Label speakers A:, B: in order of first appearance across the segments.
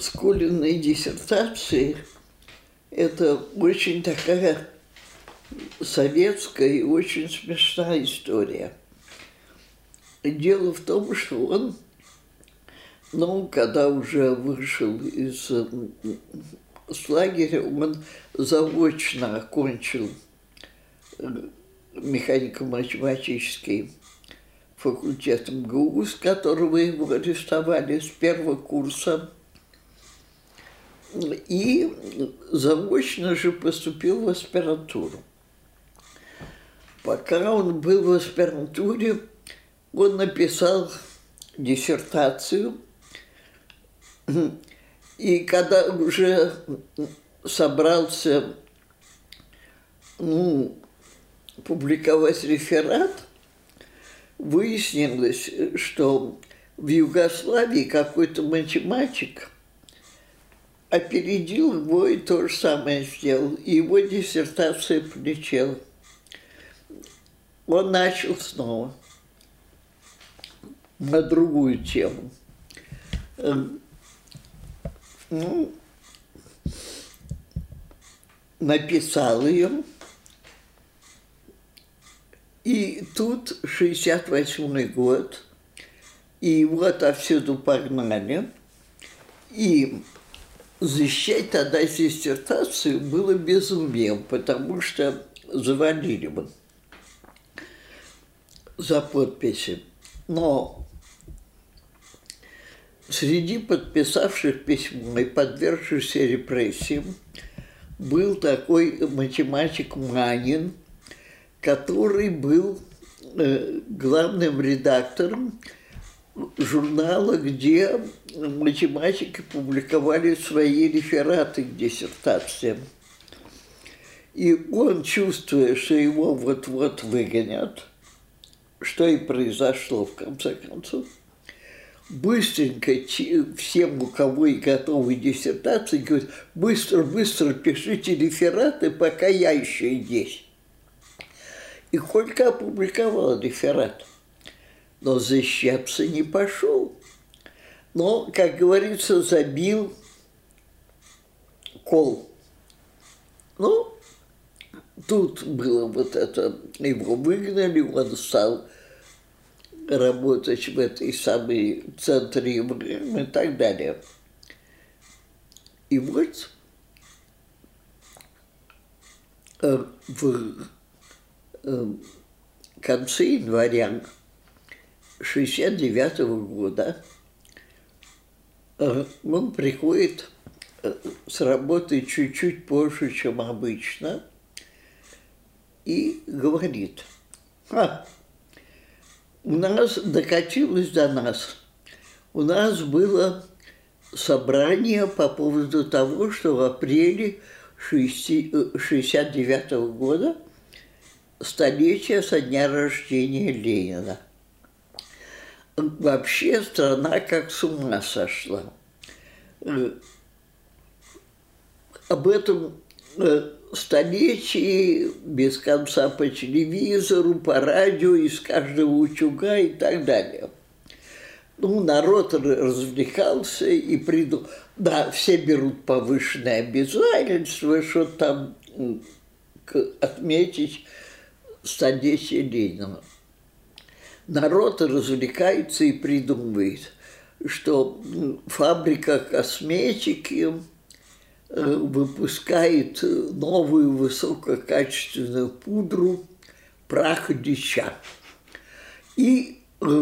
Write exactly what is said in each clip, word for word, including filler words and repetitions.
A: с Колиной диссертацией это очень такая советская и очень смешная история. Дело в том, что он, ну, когда уже вышел из с лагеря, он заочно окончил механико-математический факультет МГУ, с которого его арестовали с первого курса. И заочно же поступил в аспирантуру. Пока он был в аспирантуре, он написал диссертацию. И когда уже собрался, ну, публиковать реферат, выяснилось, что в Югославии какой-то математик опередил его и то же самое сделал. И его диссертация полетела. Он начал снова на другую тему. Ну, написал ее. И тут шестьдесят восьмой год, и его отовсюду погнали. И защищать тогда диссертацию было безумием, потому что завалили бы за подписи. Но среди подписавших письмо и подвергшихся репрессиям был такой математик Манин, который был э, главным редактором журнала, где математики публиковали свои рефераты к диссертациям. И он, чувствуя, что его вот-вот выгонят, что и произошло в конце концов, быстренько всем, у кого и готовы диссертации, говорит: быстро-быстро пишите рефераты, пока я еще здесь. И Колька опубликовал реферат, но защищаться не пошел. Но, как говорится, забил кол. Ну, тут было вот это, его выгнали, он стал работать в этой самой центре и так далее. И вот в конце января шестьдесят девятого года он приходит с работы чуть-чуть позже, чем обычно, и говорит: а, у нас докатилось до нас, у нас было собрание по поводу того, что в апреле шестьдесят девятого года столетие со дня рождения Ленина. Вообще страна как с ума сошла. Об этом столетии без конца по телевизору, по радио, из каждого утюга и так далее. Ну, народ развлекался и придумал. Да, все берут повышенное обязательство, что там отметить столетие Ленина. Народ развлекается и придумывает, что фабрика косметики выпускает новую высококачественную пудру прах дича и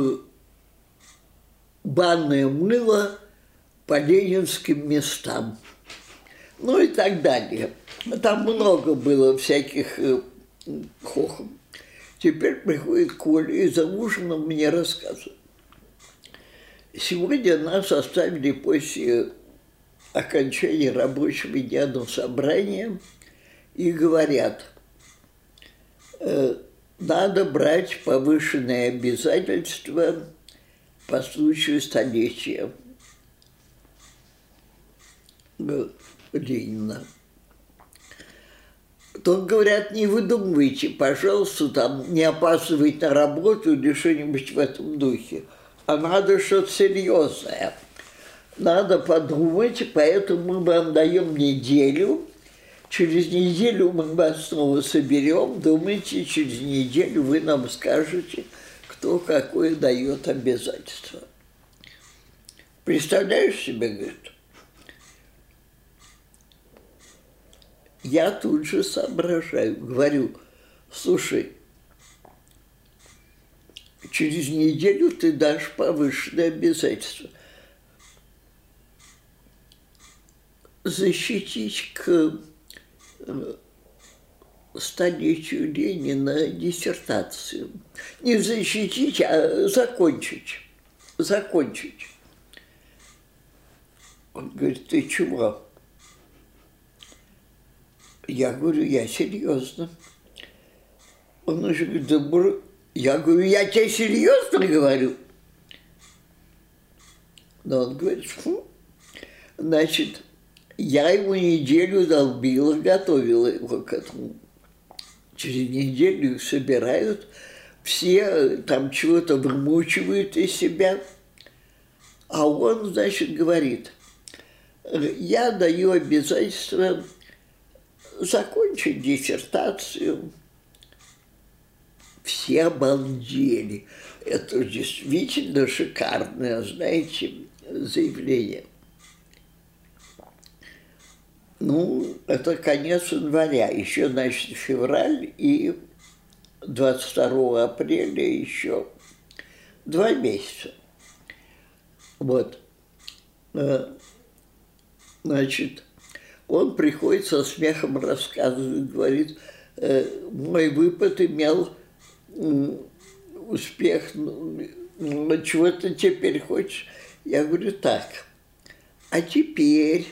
A: банное мыло по ленинским местам, ну и так далее. Там много было всяких хохов. Теперь приходит Коля и за ужином мне рассказывает: сегодня нас оставили после окончания рабочего дня на собрание и говорят: надо брать повышенное обязательство по случаю столетия Ленина. То говорят: не выдумывайте, пожалуйста, там, не опаздывайте на работу или что-нибудь в этом духе, а надо что-то серьезное. надо подумать, поэтому мы вам даем неделю. Через неделю мы вас снова соберем. Думайте, через неделю вы нам скажете, кто какое дает обязательство. Представляешь себе, говорит? Я тут же соображаю, говорю, слушай, через неделю ты дашь повышенное обязательство. Защитить к столетию Ленина диссертацию. Не защитить, а закончить. Закончить. Он говорит, ты чего? Я говорю, я серьезно. Он уже говорит, да, бур... я говорю, я тебе серьезно говорю. Но он говорит, фу. Значит, я ему неделю долбила, готовила его к этому. Через неделю их собирают, все там чего-то вымучивают из себя. А он, значит, говорит, я даю обязательство закончить диссертацию. Все обалдели. Это действительно шикарное, знаете, заявление. Ну, это конец января, еще, значит, февраль и двадцать второго апреля еще два месяца. Вот. Значит, он приходит со смехом, рассказывает, говорит, мой выпад имел успех, ну, чего ты теперь хочешь? Я говорю, так, а теперь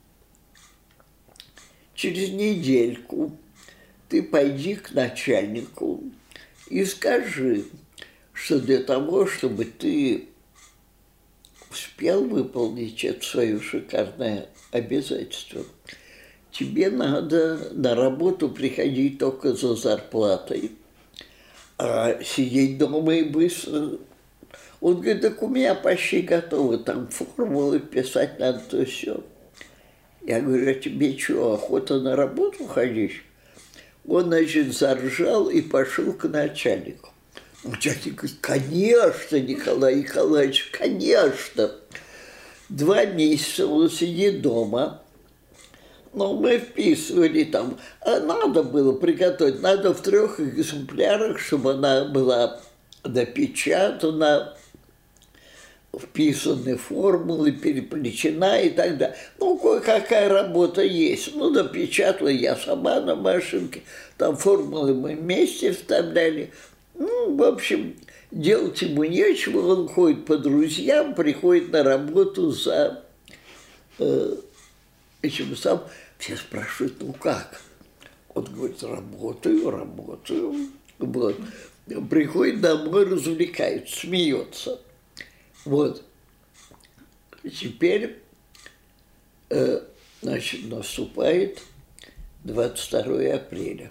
A: через недельку ты пойди к начальнику и скажи, что для того, чтобы ты успел выполнить это свое шикарное обязательство, тебе надо на работу приходить только за зарплатой, а сидеть дома и быстро. Он говорит, так у меня почти готово, там формулы писать надо, то все. Я говорю, а тебе что, охота на работу ходить? Он, значит, заржал и пошел к начальнику. Начальник говорит, конечно, Николай Николаевич, конечно. Два месяца он сидит дома, но мы вписывали там, а надо было приготовить, надо в трех экземплярах, чтобы она была напечатана, вписаны формулы, переплетена и так далее. Ну, кое-какая работа есть. Ну, напечатала я сама на машинке, там формулы мы вместе вставляли. Ну, в общем, делать ему нечего, он ходит по друзьям, приходит на работу за э, этим сам. Все спрашивают, ну как? Он говорит, работаю, работаю. Вот. Приходит домой, развлекается, смеется. Вот. Теперь, э, значит, наступает двадцать второе апреля.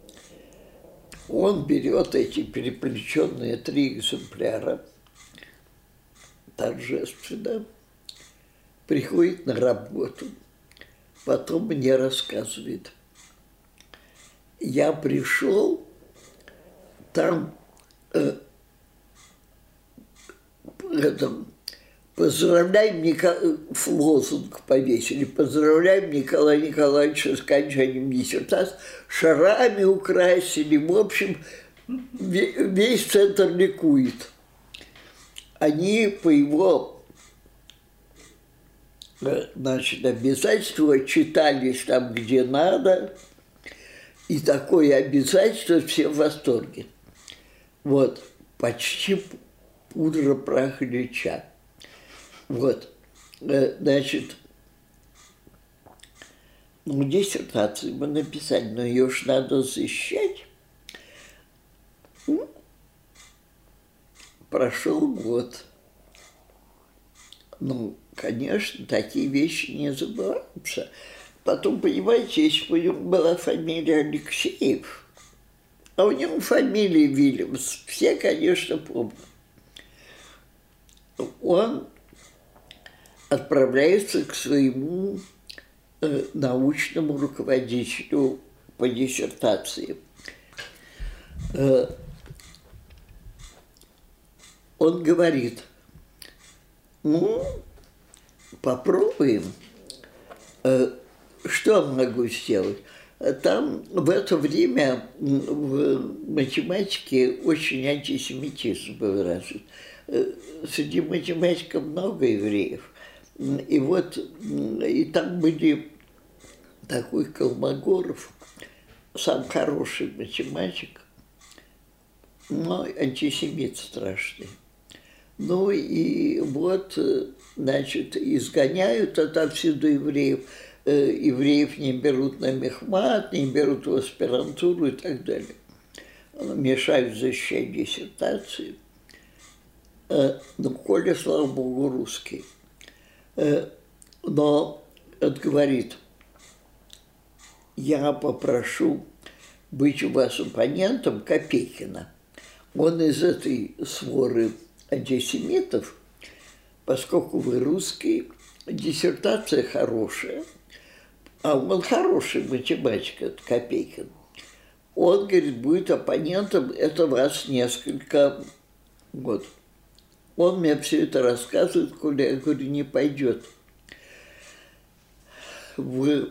A: Он берет эти переплетенные три экземпляра, торжественно, приходит на работу, потом мне рассказывает. Я пришел, там э, это, поздравляем Николая, лозунг повесили, поздравляем Николая Николаевича с окончанием диссертации, шарами украсили, в общем, весь центр ликует. Они по его, значит, обязательству отчитались там, где надо, и такое обязательство все в восторге. Вот, почти пудра прах Ильича. Вот, значит, ну, диссертацию мы написали, но ее ж надо защищать. Ну, прошел год. Ну, конечно, такие вещи не забываются. Потом, понимаете, если бы у него была фамилия Алексеев, а у него фамилия Вильямс, все, конечно, помнят. Он отправляется к своему э, научному руководителю по диссертации. Э, он говорит, ну, попробуем, э, что могу сделать. Там в это время в математике очень антисемитизм был развит. Среди математиков много евреев. И вот и там были такой Колмогоров, сам хороший математик, но антисемит страшный. Ну и вот, значит, изгоняют отовсюду евреев. Евреев не берут на мехмат, не берут в аспирантуру и так далее. Мешают защищать диссертации. Ну, Коля, слава богу, русский. Но он говорит, я попрошу быть у вас оппонентом Копейкина. Он из этой своры антисемитов, поскольку вы русский, диссертация хорошая, а он хороший математик, это Копейкин. Он, говорит, будет оппонентом, это вас несколько год. Он мне все это рассказывает, Коля, я говорю, не пойдет. В,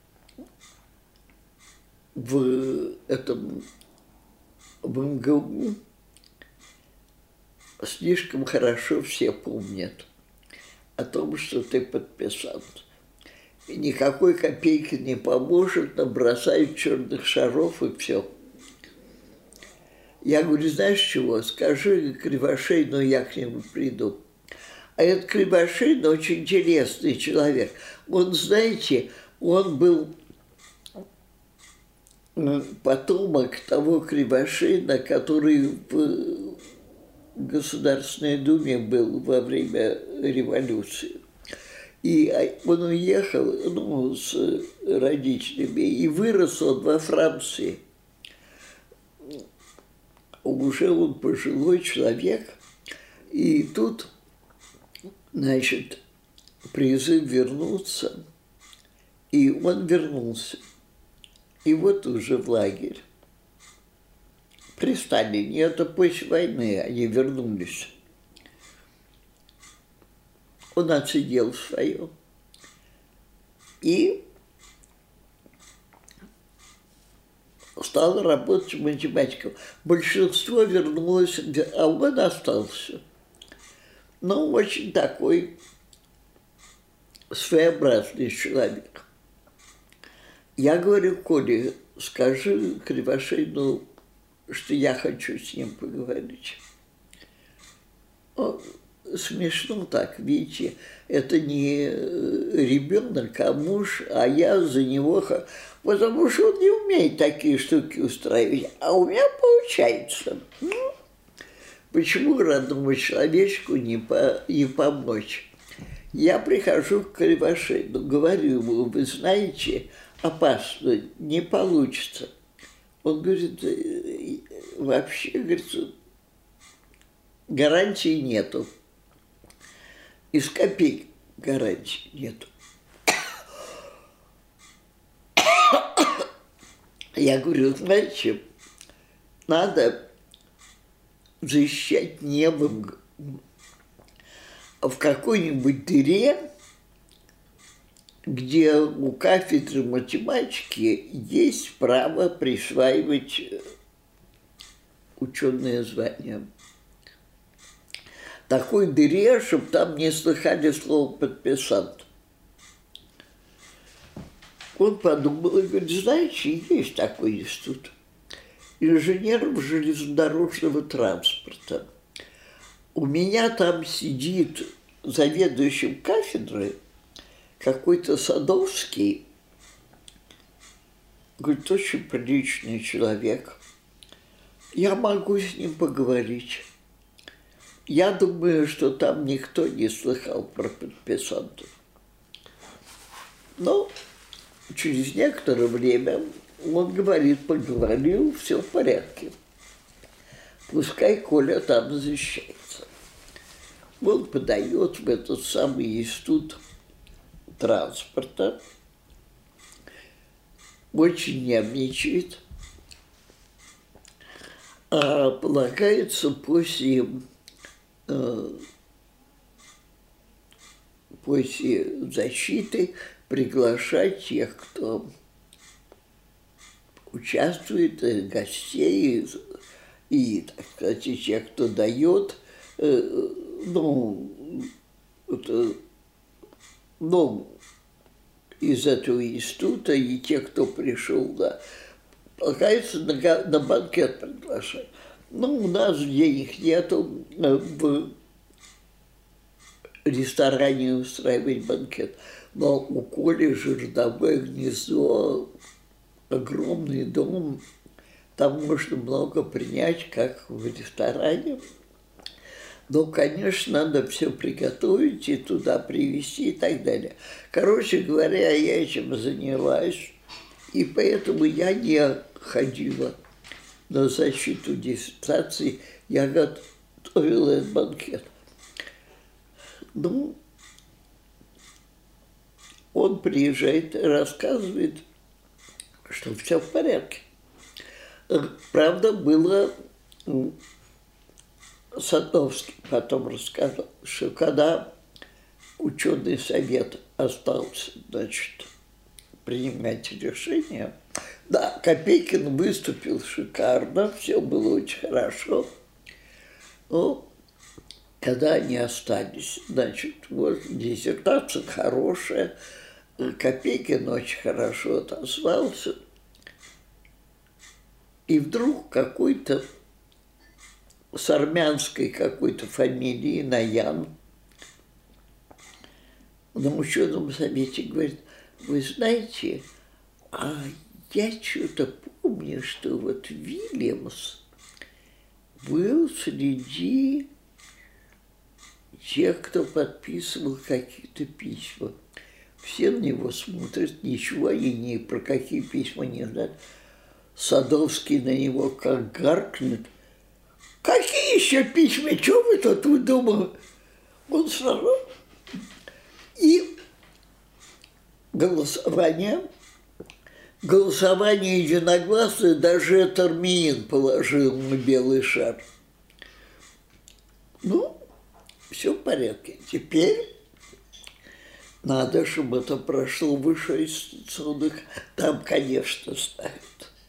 A: в этом, в эм гэ у слишком хорошо все помнят о том, что ты подписал. И никакой копейки не поможет, набросают черных шаров и все. Я говорю, знаешь чего, скажи Кривошеину, я к нему приду. А этот Кривошеин очень интересный человек. Он, знаете, он был потомок того Кривошеина, который в Государственной Думе был во время революции. И он уехал, ну, с родителями, и вырос он во Франции. Уже он пожилой человек. И тут, значит, призыв вернуться, и он вернулся. И вот уже в лагерь. При Сталине, это после войны, они вернулись. Он отсидел свое. И стал работать математиком. Большинство вернулось, а он остался. Но очень такой своеобразный человек. Я говорю, Коле, скажи Кривошеину, что я хочу с ним поговорить. Он, смешно так, видите, это не ребенок, а муж, а я за него, потому что он не умеет такие штуки устраивать, а у меня получается. Ну, почему родному человечку не, по, не помочь? Я прихожу к Кривошеину, говорю ему, вы знаете, опасно, не получится. Он говорит, вообще, говорит, гарантии нету. Из копеек гарантий нету. Я говорю, знаете, надо защищать небо в какой-нибудь дыре, где у кафедры математики есть право присваивать ученые звания. Такой дыре, чтобы там не слыхали слово «подписант». Он подумал и говорит, знаете, есть такой институт инженеров железнодорожного транспорта. У меня там сидит заведующим кафедрой какой-то Садовский, говорит, очень приличный человек. Я могу с ним поговорить. Я думаю, что там никто не слыхал про подписантов. Но через некоторое время он говорит, поговорил, все в порядке. Пускай Коля там защищается. Он подает в этот самый институт транспорта, очень нервничает, а полагается после, э, после защиты приглашать тех, кто участвует, гостей и, так сказать, тех, кто дает, э, ну, это, ну, из этого института, и те, кто пришел, да, полагается на, на банкет приглашать. Ну, у нас денег нету в ресторане устраивать банкет. Но у Коли Жердовое гнездо, огромный дом, там можно много принять, как в ресторане. Но, конечно, надо все приготовить и туда привезти и так далее. Короче говоря, я этим занимаюсь, и поэтому я не ходила на защиту диссертации, я готовила этот банкет. Ну, он приезжает и рассказывает, что все в порядке. Правда, было... Садовский потом рассказал, что когда ученый совет остался, значит, принимать решение, да, Копейкин выступил шикарно, все было очень хорошо. Но когда они остались, значит, вот диссертация хорошая, Копейкин очень хорошо отозвался, и вдруг какой-то с армянской какой-то фамилией, Наян, на ученом совете говорит: вы знаете, а я что-то помню, что вот Вильямс был среди тех, кто подписывал какие-то письма. Все на него смотрят, ничего они ни про какие письма не знают. Садовский на него как гаркнет: какие еще письма? Что вы тут выдумываете? Он сразу. И голосование, голосование единогласное, даже Тармиин положил на белый шар. Ну, все в порядке. Теперь надо, чтобы это прошло в высшеинституционных. Там, конечно, ставят.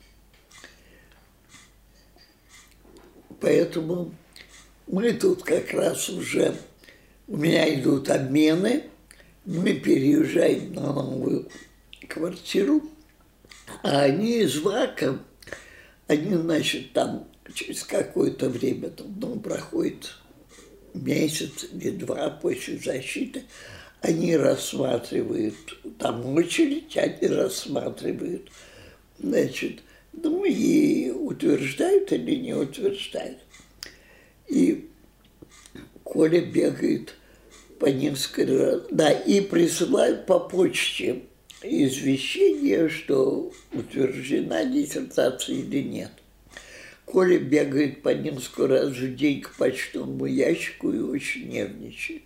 A: Поэтому мы тут как раз уже, у меня идут обмены, мы переезжаем на новую квартиру, а они из ВАКа, они, значит, там через какое-то время, там, ну, проходит месяц или два после защиты, они рассматривают, там очередь, они рассматривают, значит, ну и утверждают или не утверждают. И Коля бегает по несколько раз, да, и присылают по почте извещение, что утверждена диссертация или нет. Коля бегает по несколько раз в день к почтовому ящику и очень нервничает.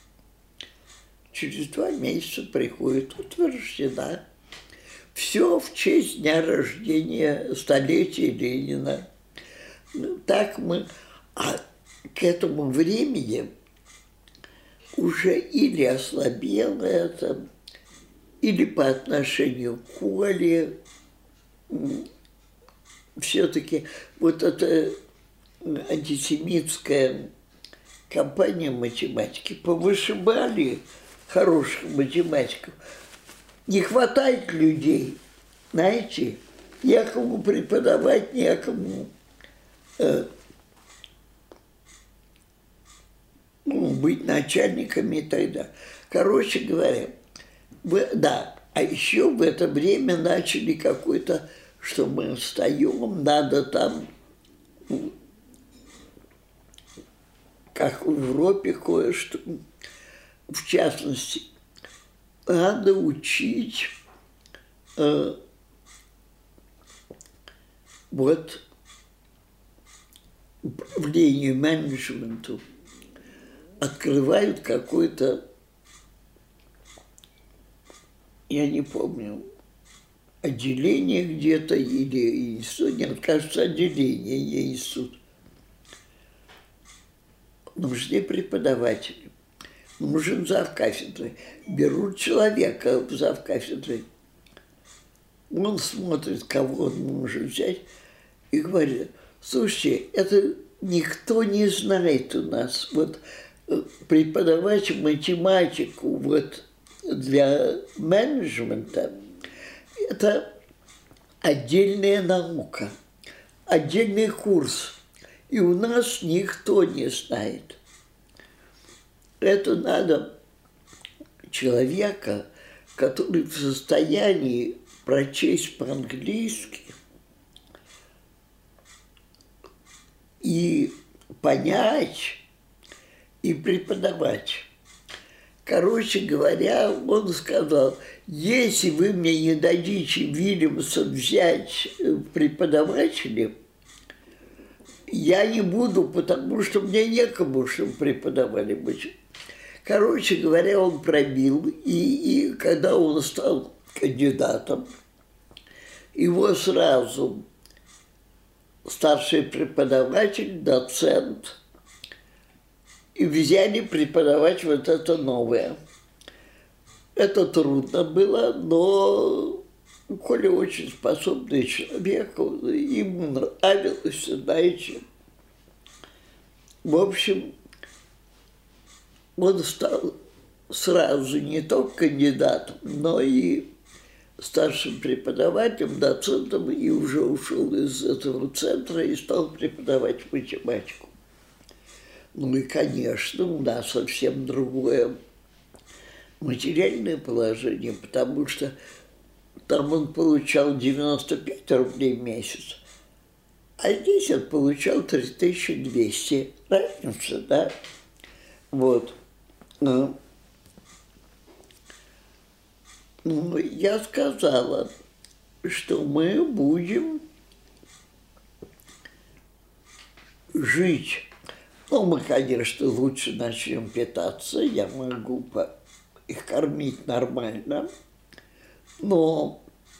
A: Через два месяца приходит: утверждена. Все в честь дня рождения, столетия Ленина. Ну, так мы... А к этому времени уже или ослабело это, или по отношению к Коле все-таки вот эта антисемитская компания математики повышибали хороших математиков. Не хватает людей, знаете, некому преподавать, некому э, ну, быть начальниками и так далее. Короче говоря, в, да, а еще в это время начали какой-то, что мы встаем, надо там, как в Европе кое-что, в частности, надо учить э, вот управлению, менеджменту. открывают какой-то, я не помню, отделение где-то или институт, нет, кажется, отделение, не институт. Нужны преподаватели, нужен завкафедрой. Берут человека в завкафедрой. Он смотрит, кого он может взять, и говорит: слушайте, это никто не знает у нас. Вот преподавать математику вот для менеджмента – это отдельная наука, отдельный курс. И у нас никто не знает. Это надо человека, который в состоянии прочесть по-английски и понять, и преподавать. Короче говоря, он сказал: если вы мне не дадите Вильямса взять преподавателем, я не буду, потому что мне некому, чтобы преподавали быть. Короче говоря, он пробил, и, и когда он стал кандидатом, его сразу старший преподаватель, доцент, и взяли преподавать вот это новое. Это трудно было, но Коля очень способный человек, ему нравилось, знаете. В общем, он стал сразу не только кандидатом, но и старшим преподавателем, доцентом, и уже ушел из этого центра и стал преподавать математику. Ну и, конечно, у нас совсем другое материальное положение, потому что там он получал девяносто пять рублей в месяц, а здесь он получал три тысячи двести. Разница, да? Вот. Ну, ну, я сказала, что мы будем жить. Ну, мы, конечно, лучше начнем питаться, я могу их кормить нормально, но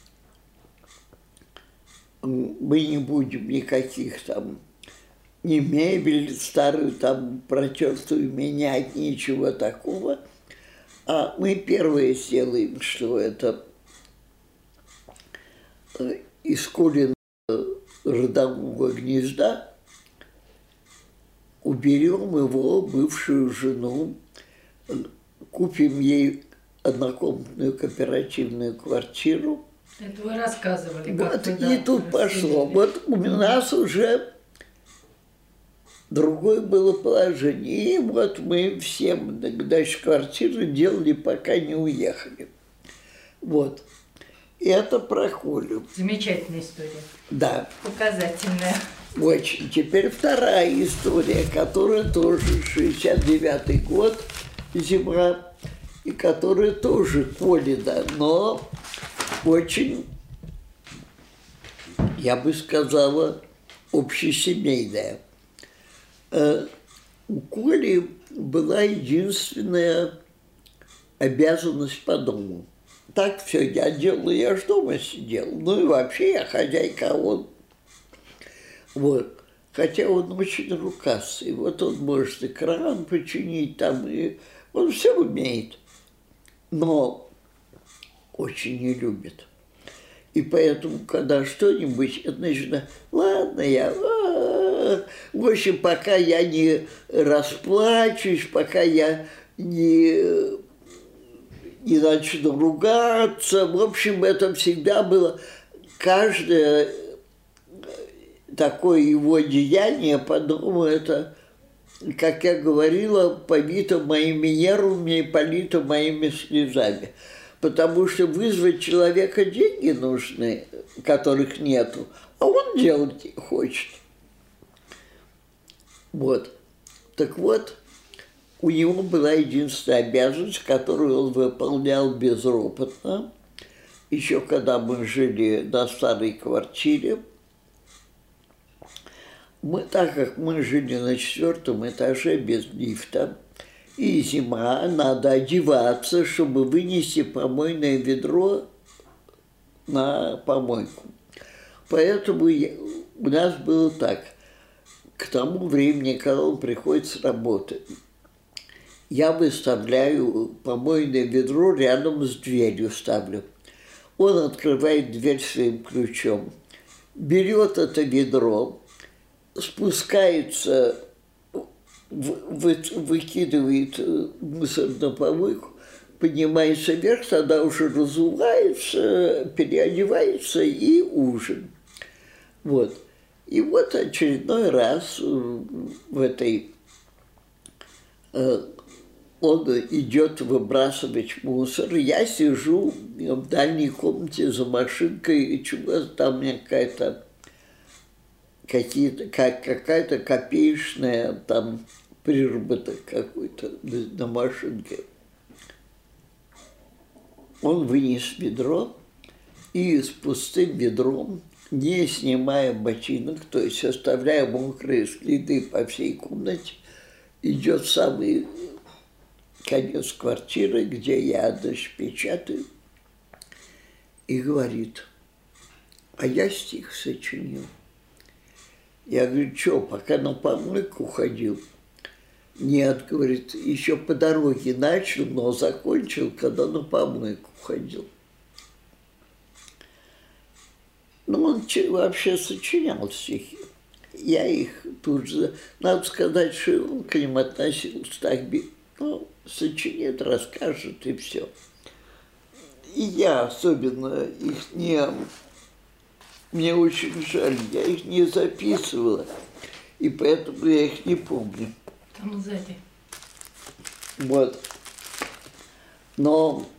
A: мы не будем никаких там, ни мебель старую там протертую менять, ничего такого. А мы первое сделаем, что это из Колиного родового гнезда уберем его бывшую жену, купим ей однокомнатную кооперативную квартиру.
B: Это вы рассказывали.
A: Вот, и тут пошло. Вот у нас уже другое было положение. И вот мы всем дальше квартиры делали, пока не уехали. Вот. И это про Колю.
B: Замечательная история.
A: Да.
B: Показательная.
A: Очень. Теперь вторая история, которая тоже шестьдесят девятый год, зима, и которая тоже Колина, но очень, я бы сказала, общесемейная. У Коли была единственная обязанность по дому. Так все я делала, я ж дома сидела. Ну и вообще я хозяйка, а он... Вот. Хотя он очень рукастый. Вот он может и кран починить там, и он все умеет. Но очень не любит. И поэтому, когда что-нибудь, это начинает: ладно, я... В общем, пока я не расплачусь, пока я не, не начну ругаться. В общем, это всегда было каждое такое его деяние по дому, это, как я говорила, повито моими нервами и полито моими слезами. Потому что вызвать человека деньги нужны, которых нету, а он делать хочет. Вот. Так вот, у него была единственная обязанность, которую он выполнял безропотно. Еще когда мы жили на старой квартире, мы, так как мы жили на четвертом этаже без лифта, и зима, надо одеваться, чтобы вынести помойное ведро на помойку. Поэтому я, у нас было так. К тому времени, когда он приходит с работы, я выставляю помойное ведро рядом с дверью, ставлю. Он открывает дверь своим ключом, берет это ведро, спускается, вы, выкидывает мусор на помойку, поднимается вверх, тогда уже разувается, переодевается и ужин. Вот. И вот очередной раз в этой он идет выбрасывать мусор, я сижу в дальней комнате за машинкой, и чего-то там у меня какая-то какие-то, как, какая-то копеечная там приработок какой-то на машинке. Он вынес ведро и с пустым ведром, не снимая ботинок, то есть оставляя мокрые следы по всей комнате, идет в самый конец квартиры, где я, значит, печатаю, и говорит: а я стих сочинил. Я говорю: что, пока на помойку ходил? Нет, говорит, еще по дороге начал, но закончил, когда на помойку ходил. Ну, он вообще сочинял стихи. Я их тут же... Надо сказать, что он к ним относился так, ну, сочинит, расскажет, и все. И я особенно их не... Мне очень жаль, я их не записывала, и поэтому я их не помню.
B: Там сзади.
A: Вот. Но...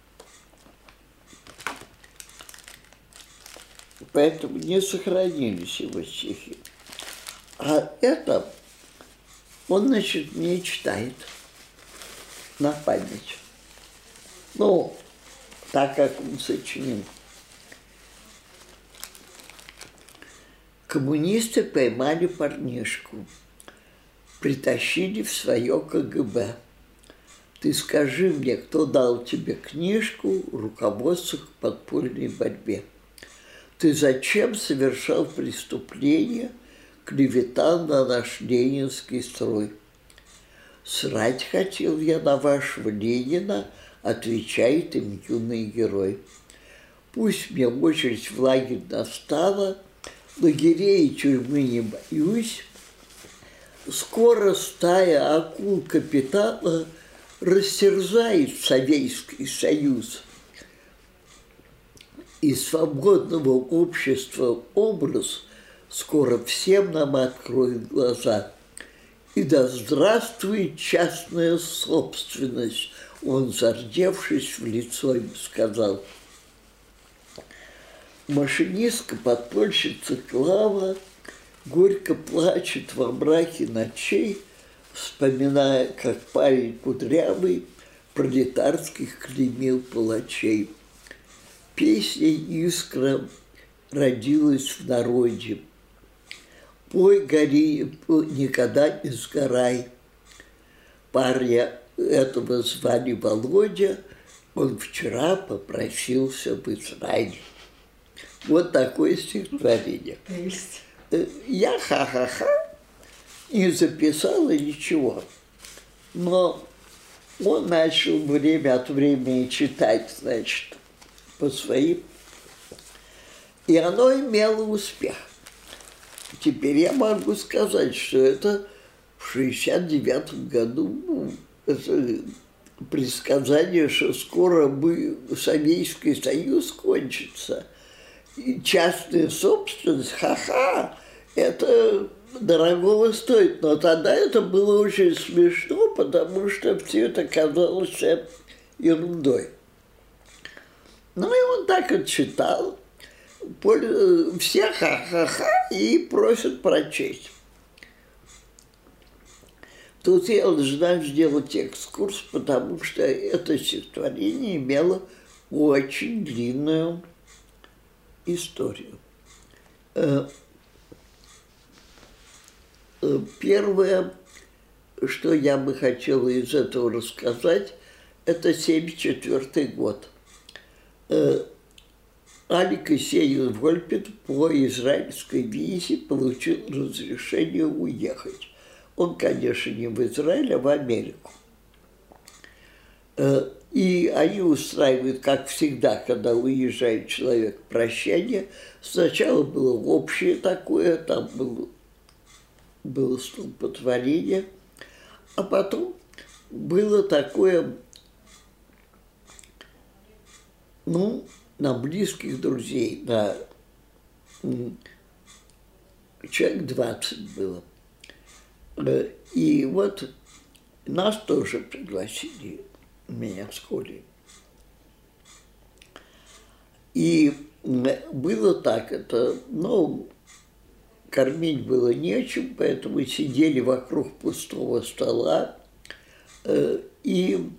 A: Поэтому не сохранились его стихи. А это он, значит, мне читает на память. Ну, так как он сочинил. Коммунисты поймали парнишку, притащили в свое ка гэ бэ. Ты скажи мне, кто дал тебе книжку «Руководство к подпольной борьбе»? Ты зачем совершал преступление, клевета на наш ленинский строй? Срать хотел я на вашего Ленина, отвечает им юный герой. Пусть мне очередь в лагерь настала, лагерей и тюрьмы не боюсь. Скоро стая акул капитала растерзает Советский Союз. И свободного общества образ скоро всем нам откроет глаза. И да здравствует частная собственность, он, зардевшись в лицо, им сказал. Машинистка-подпольщица Клава горько плачет во мраке ночей, вспоминая, как парень кудрявый пролетарских клеймил палачей. Песня искра родилась в народе. Пой, гори, никогда не сгорай. Парня этого звали Володя, он вчера попросился в Израиль. Вот такое стихотворение.
B: Есть.
A: Я ха-ха-ха не записала ничего, но он начал время от времени читать, значит, по своим, и оно имело успех. Теперь я могу сказать, что это в шестьдесят девятом году, ну, это предсказание, что скоро бы Советский Союз кончится. И частная собственность, ха-ха, это дорогого стоит. Но тогда это было очень смешно, потому что все это казалось ерундой. Ну и он так и читал, все ха-ха-ха и просят прочесть. Тут я должна сделать экскурс, потому что это стихотворение имело очень длинную историю. Первое, что я бы хотела из этого рассказать, это семьдесят четвёртый год. Алик Исеев Вольпин по израильской визе получил разрешение уехать. Он, конечно, не в Израиль, а в Америку. И они устраивают, как всегда, когда уезжает человек, прощание. Сначала было общее такое, там было, было столпотворение, а потом было такое, ну, на близких друзей, на человек двадцать было. И вот нас тоже пригласили, меня с Колей. И было так, это, ну, кормить было нечем, поэтому сидели вокруг пустого стола. И,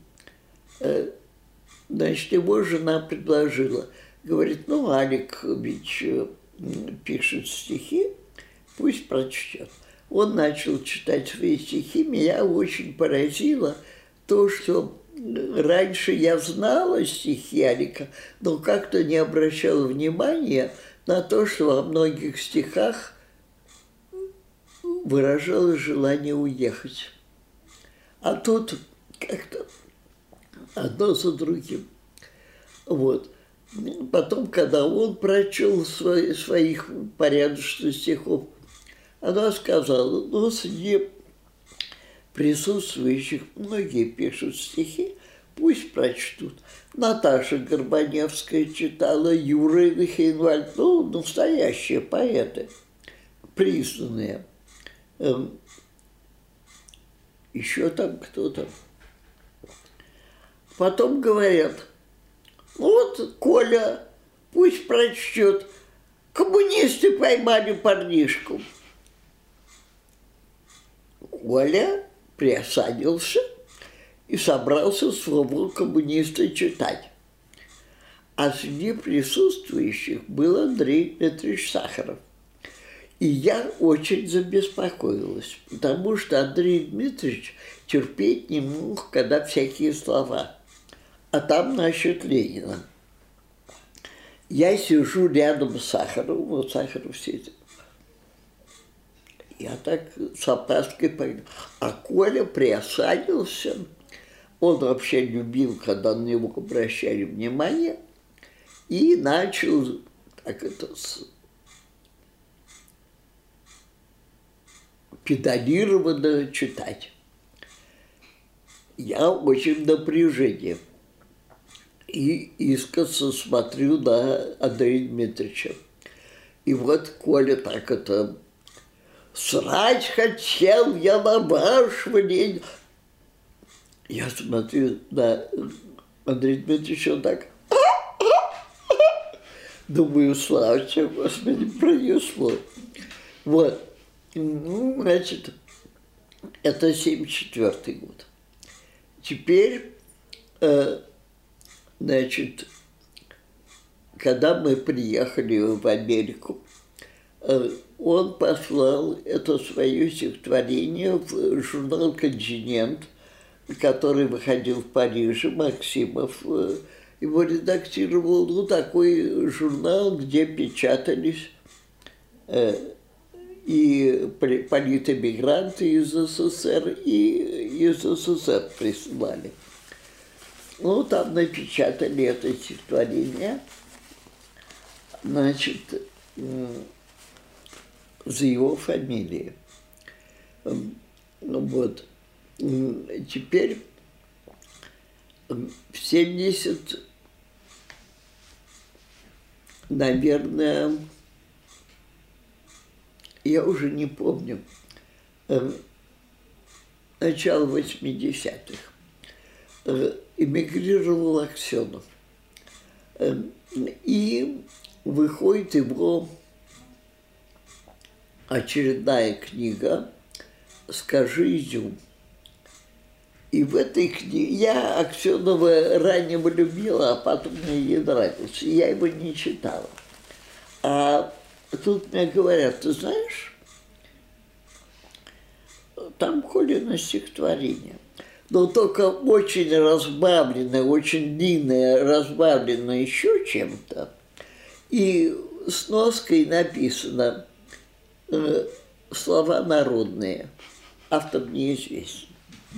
A: значит, его жена предложила, говорит, ну, Алик ведь пишет стихи, пусть прочтет. Он начал читать свои стихи, меня очень поразило то, что раньше я знала стихи Алика, но как-то не обращала внимания на то, что во многих стихах выражалось желание уехать. А тут как-то одно за другим. Вот. Потом, когда он прочел свои, своих порядочных стихов, она сказала, ну, среди присутствующих многие пишут стихи, пусть прочтут. Наташа Горбаневская читала, Юра Хейнвальд, ну, настоящие поэты, признанные. Эм, еще там кто-то. Потом говорят, вот Коля, пусть прочтет, коммунисты поймали парнишку. Коля приосанился и собрался своего коммуниста читать. А среди присутствующих был Андрей Дмитриевич Сахаров. И я очень забеспокоилась, потому что Андрей Дмитриевич терпеть не мог, когда всякие слова. А там насчет Ленина. Я сижу рядом с Сахаровым, вот Сахаров сидит. Я так с опаской поняла. А Коля приосанился. Он вообще любил, когда на него обращали внимание. И начал так это педалированно читать. Я очень в напряжении. И искоса смотрю на Андрея Дмитриевича. И вот Коля так это... Срать хотел я на вашего Ленина. Я смотрю на Андрея Дмитриевича, он так... Думаю, слава тебе, Господи, пронесло. Вот. Ну, значит, это семьдесят четвёртый год. Теперь, э, значит, когда мы приехали в Америку, э, он послал это свое стихотворение в журнал «Континент», который выходил в Париже, Максимов. Его редактировал, ну, такой журнал, где печатались э, и политэмигранты из СССР, и из СССР присылали. Ну, там напечатали это стихотворение, значит, за его фамилией. Вот. Теперь в семьдесят, наверное, я уже не помню, начало восьмидесятых, эмигрировал Аксенов. И выходит его очередная книга «Скажи, Изюм». И в этой книге я Аксенова раннего любила, а потом мне не нравился. Я его не читала. А тут мне говорят, ты знаешь, там Колино стихотворение. Но только очень разбавленное, очень длинное, разбавленное еще чем-то. И сноской написано э, слова народные. Автор неизвестен.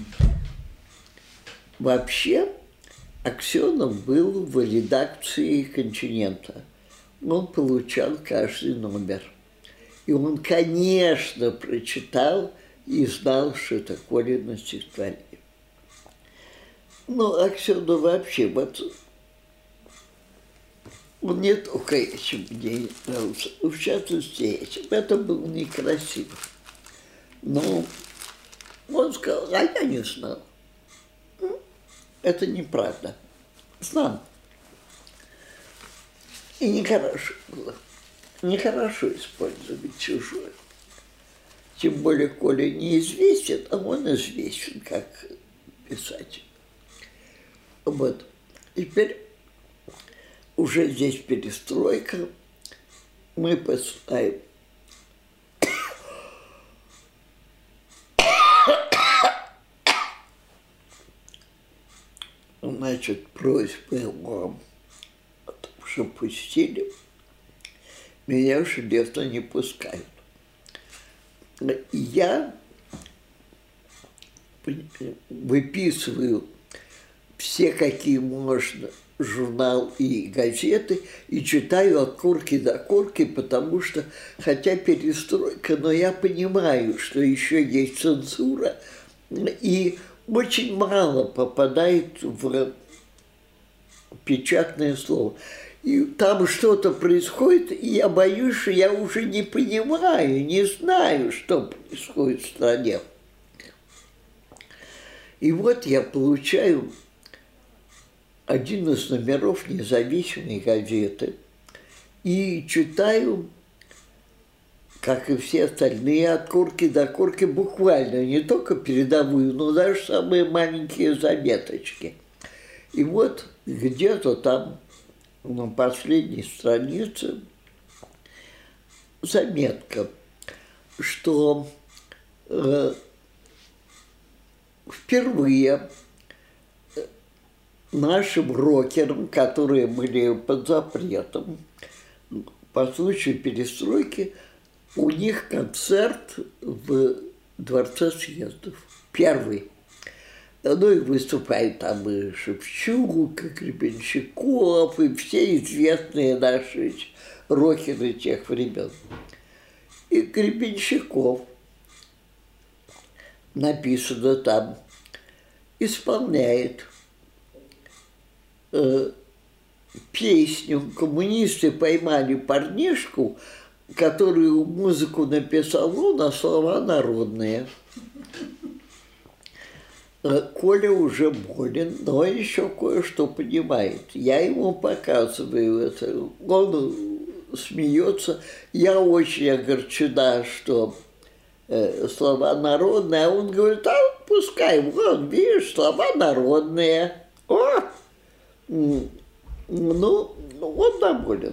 A: Вообще, Аксенов был в редакции «Континента». Он получал каждый номер. И он, конечно, прочитал и знал, что это Колино стихотворение. Ну, Аксенов вообще, вот, он не только этим мне нравился, в частности этим. Это было некрасиво. Но он сказал, а я не знал. Это неправда. Знал. И нехорошо было. Нехорошо использовать чужое. Тем более, Коля неизвестен, а он известен как писатель. Вот. Теперь уже здесь перестройка. Мы посылаем значит, просьбы вам, что пустили. Меня в Железно не пускают. Я выписываю все, какие можно, журнал и газеты, и читаю от корки до корки, потому что, хотя перестройка, но я понимаю, что еще есть цензура, и очень мало попадает в печатное слово. И там что-то происходит, и я боюсь, что я уже не понимаю, не знаю, что происходит в стране. И вот я получаю один из номеров независимой газеты и читаю, как и все остальные, от корки до корки, буквально, не только передовую, но даже самые маленькие заметочки. И вот где-то там на последней странице заметка, что э, впервые нашим рокерам, которые были под запретом по случаю перестройки, у них концерт в Дворце съездов. Первый. Ну и выступают там и Шевчук, и Гребенщиков, и все известные наши рокеры тех времен. И Гребенщиков, написано там, исполняет э, песню «Коммунисты поймали парнишку», которую музыку написал он, а слова народные. Коля уже болен, но еще кое-что понимает. Я ему показываю это. Он смеется. Я очень огорчена, что э, слова народные. А он говорит, а пускай, вон, видишь, слова народные. О! Ну, он доволен.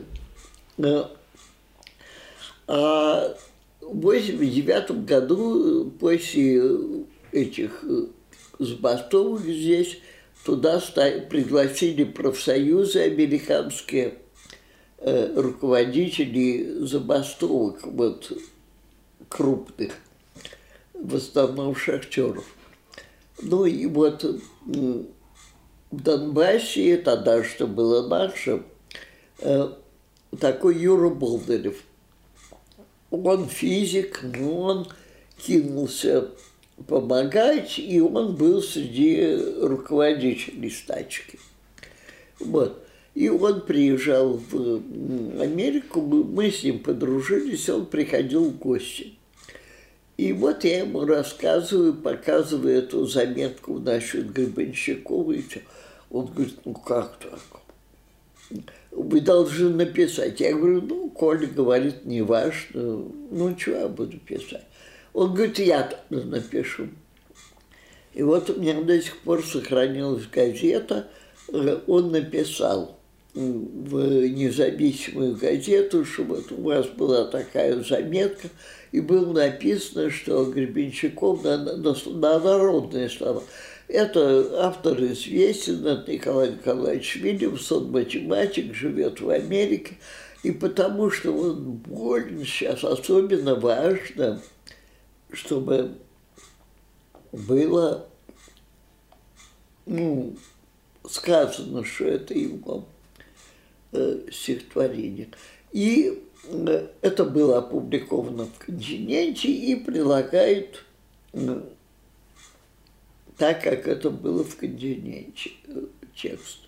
A: А в восемьдесят девятом году после этих забастовок здесь туда пригласили профсоюзы американские, э, руководители забастовок вот, крупных, в основном шахтеров. Ну и вот в Донбассе, тогда что было наше, э, такой Юра Болдырев. Он физик, но он кинулся помогать, и он был среди руководителей стачки. Вот. И он приезжал в Америку, мы с ним подружились, он приходил в гости. И вот я ему рассказываю, показываю эту заметку насчет Гребенщикова, и все. Он говорит, ну как так? Вы должны написать. Я говорю, ну, Коля говорит, не важно, ну, что я буду писать? Он говорит, я напишу. И вот у меня до сих пор сохранилась газета, он написал в независимую газету, что вот у вас была такая заметка, и было написано, что Гребенщиков на, на, на народные слова. Это автор известен, это Николай Николаевич Вильямсон, математик, живет в Америке. И потому что он болен сейчас, особенно важно, чтобы было, ну, сказано, что это его э, стихотворение. И э, это было опубликовано в «Континенте» и прилагает э, так, как это было в «Континенте», э, текст.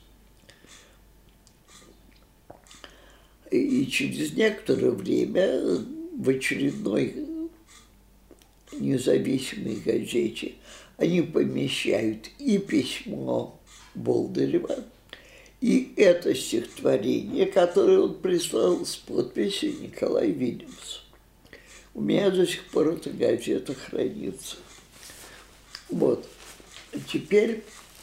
A: И через некоторое время в очередной независимой газете они помещают и письмо Болдырева, и это стихотворение, которое он прислал с подписью Николай Вильямсон. У меня до сих пор эта газета хранится. Вот. Теперь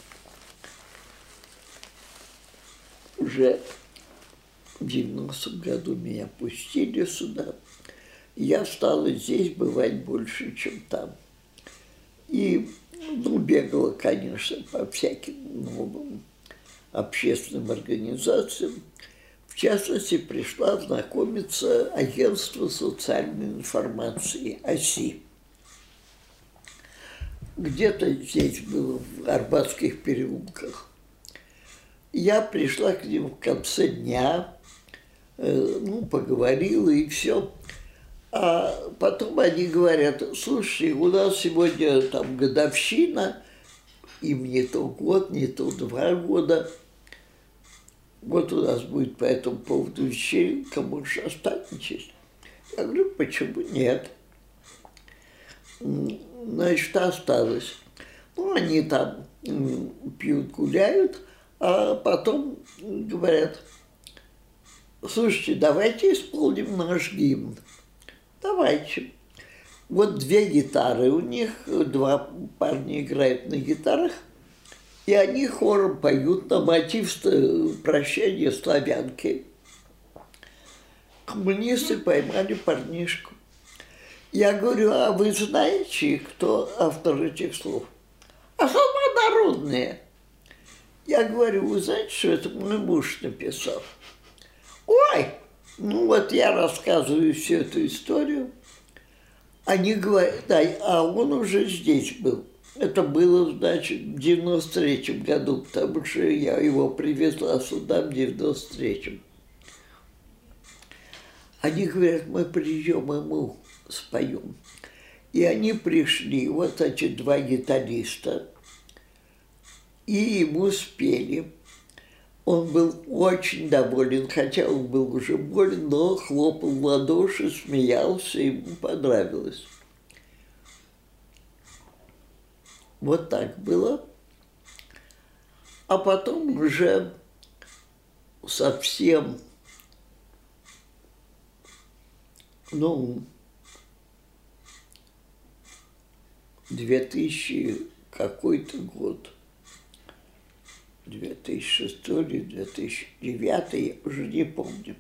A: уже в девяностом году меня пустили сюда. Я стала здесь бывать больше, чем там. И, ну, бегала, конечно, по всяким новым общественным организациям. В частности, пришла знакомиться агентство социальной информации ОСИ. Где-то здесь было, в Арбатских переулках. Я пришла к ним в конце дня, э, ну, поговорила и все. А потом они говорят: слушай, у нас сегодня там годовщина, им не то год, не то два года. Вот у нас будет по этому поводу вечеринка, может, останетесь? Я говорю: почему нет? Значит, осталось. Ну, они там пьют, гуляют, а потом говорят: слушайте, давайте исполним наш гимн. Давайте. Вот две гитары у них, два парня играют на гитарах, и они хором поют на мотив «Прощания славянки». Коммунисты поймали парнишку. Я говорю: а вы знаете, кто автор этих слов? А слова народные. Я говорю: вы знаете, что это мой муж написал? Ой! Ну вот я рассказываю всю эту историю. Они говорят: да, а он уже здесь был. Это было, значит, в девяносто третьем году, потому что я его привезла сюда в девяносто третьем. Они говорят: мы придем, ему споем. И они пришли, вот эти два гитариста, и ему спели. Он был очень доволен, хотя он был уже болен, но хлопал в ладоши, смеялся, ему понравилось. Вот так было. А потом уже совсем, ну, две тысячи какой-то год, две тысячи шестой или две тысячи девятый, я уже не помню.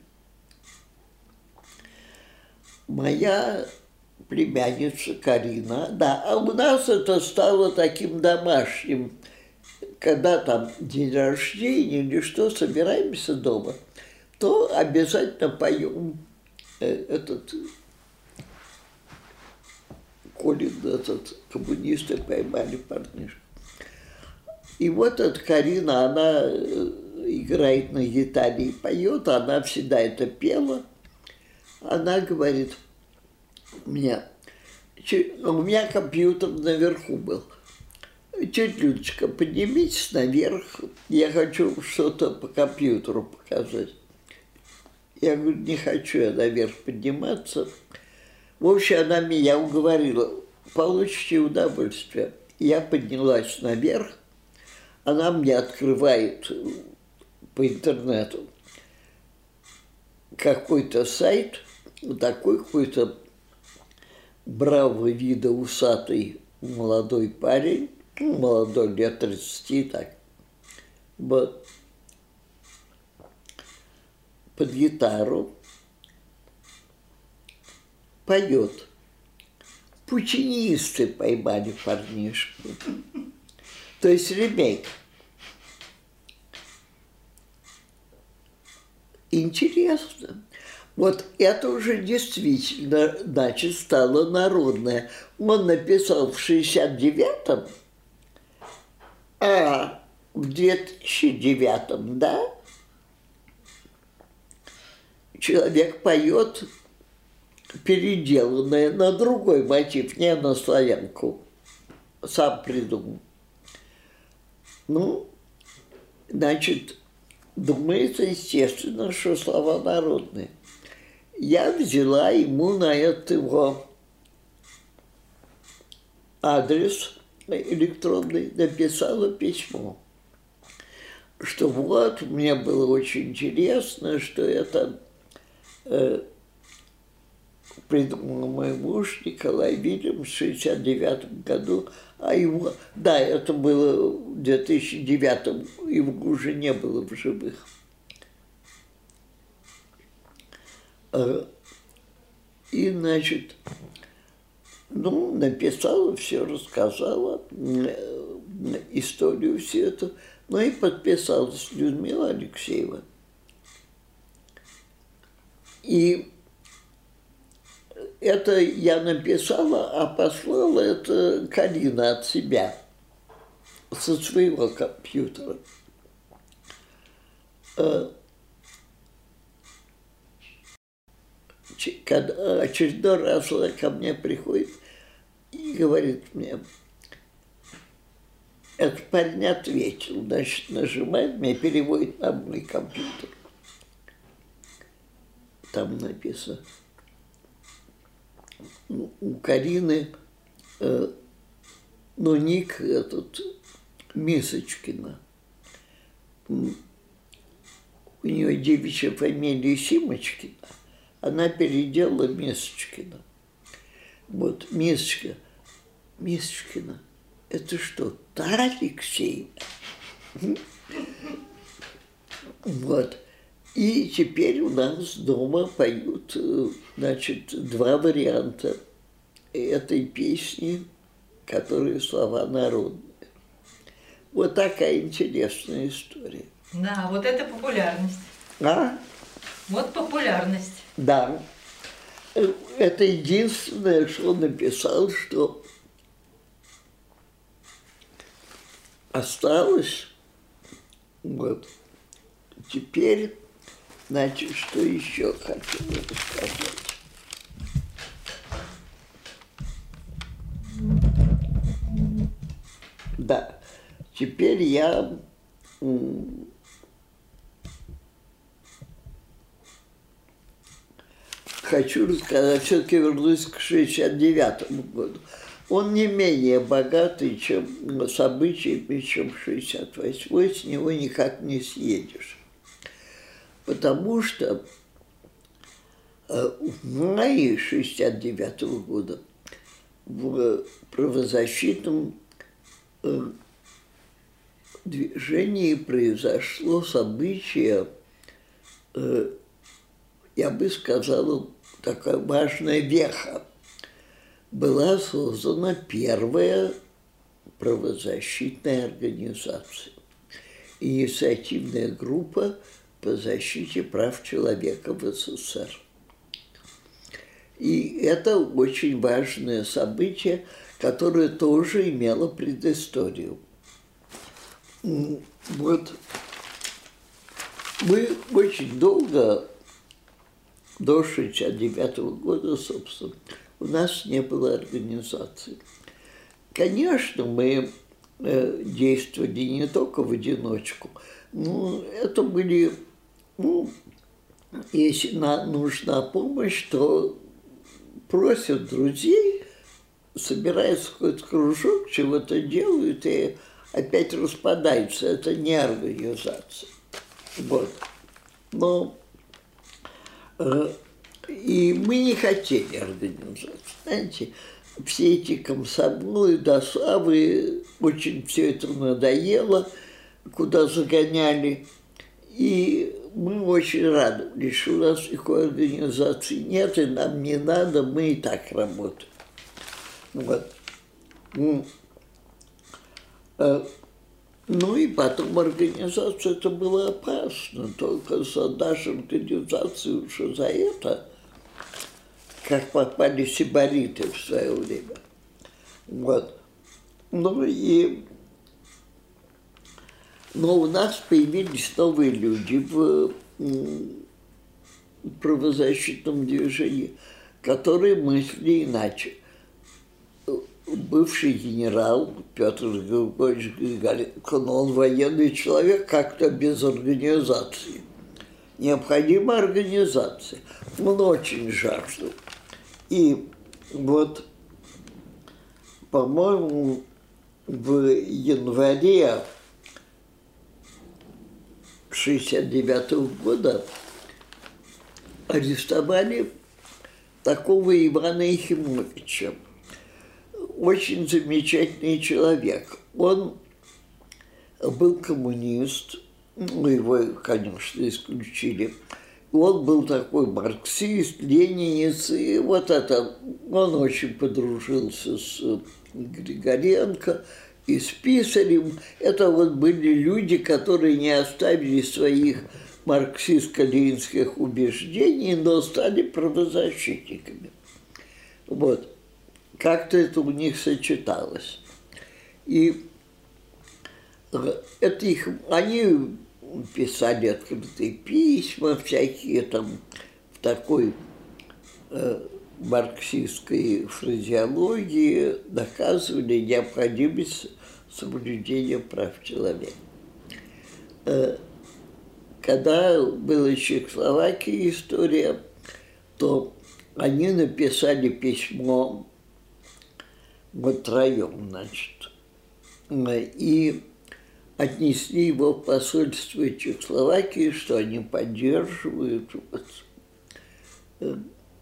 A: Моя племянница Карина, да, а у нас это стало таким домашним. Когда там день рождения или что, собираемся дома, то обязательно поем этот Колин, этот коммунисты поймали парнишку. И вот эта Карина, она играет на гитаре и поет, она всегда это пела. Она говорит мне: у меня компьютер наверху был. Тетя Людочка, поднимитесь наверх, я хочу что-то по компьютеру показать. Я говорю: не хочу я наверх подниматься. В общем, она меня уговорила: получите удовольствие. Я поднялась наверх, она мне открывает по интернету какой-то сайт, такой какой-то бравого вида усатый молодой парень, ну, молодой, лет тридцати, так. Вот. под гитару поет. Пучинисты поймали парнишку. То есть ремейк. Интересно. Вот это уже действительно, значит, стало народное. Он написал в шестьдесят девятом, а в две тысячи девятом, да, человек поет переделанное на другой мотив, не на славянку. Сам придумал. Ну, значит, думается, естественно, что слова народные. Я взяла ему на этот его адрес электронный, написала письмо, что вот, мне было очень интересно, что это э, придумал мой муж Николай Вильямс в шестьдесят девятом году, а его, да, это было в две тысячи девятом, его уже не было в живых. И, значит, ну, написала все, рассказала историю всю эту, ну и подписалась Людмила Алексеева. И это я написала, а послала это Карина от себя, со своего компьютера. Когда очередной раз она ко мне приходит и говорит мне, этот парень ответил, значит, нажимает, мне переводит на мой компьютер. Там написано, у Карины, э, ну, ник этот, Мисочкина. У нее девичья фамилия Симочкина. Она переделала Мисочкина. Вот, Мисочка. Мисочкина, это что, та Алексеевна? Вот. И теперь у нас дома поют, значит, два варианта этой песни, которые слова народные. Вот такая интересная история.
B: Да, вот это популярность.
A: А?
B: Вот популярность.
A: Да. Это единственное, что он написал, что осталось. Вот. Теперь, значит, что еще хочу рассказать. Да. Теперь я хочу рассказать, все-таки вернусь к шестьдесят девятому году. Он не менее богатый, чем событиями, чем шестьдесят восьмой, с него никак не съедешь. Потому что в мае шестьдесят девятого года в правозащитном движении произошло событие, я бы сказала, такая важная веха. Была создана первая правозащитная организация, инициативная группа по защите прав человека в СССР. И это очень важное событие, которое тоже имело предысторию. Вот мы очень долго, до шестьдесят девятого года, собственно, у нас не было организации. Конечно, мы э, действовали не только в одиночку, но это были, ну, если на, нужна помощь, то просят друзей, собирается какой-то кружок, чего-то делают и опять распадаются. Это не организация. Вот. Но э, и мы не хотели организации. Знаете, все эти комсомолы, дославы, очень все это надоело, куда загоняли. И мы очень радовались, что у нас никакой организации нет, и нам не надо, мы и так работаем. Вот. Ну и потом организация, это было опасно, только за нашу организацию, что за это, как попали сибариты в свое время. Вот. Ну и, но у нас появились новые люди в правозащитном движении, которые мыслили иначе. Бывший генерал Петр Григорьевич Григоренко, но он военный человек, как-то без организации. Необходима организация. Он очень жаждал. И вот, по-моему, в январе шестьдесят девятого года арестовали такого Ивана Ефимовича. Очень замечательный человек. Он был коммунист, ну, его, конечно, исключили. Он был такой марксист, ленинец, и вот это, он очень подружился с Григоренко и с Писарем. Это вот были люди, которые не оставили своих марксистско-ленинских убеждений, но стали правозащитниками. Вот. Как-то это у них сочеталось. И это их, они писали открытые письма, всякие там в такой э, марксистской фразеологии, доказывали необходимость соблюдения прав человека. Э, когда была Чехословакия история, то они написали письмо вот троем, значит, и отнесли его в посольство Чехословакии, что они поддерживают вот,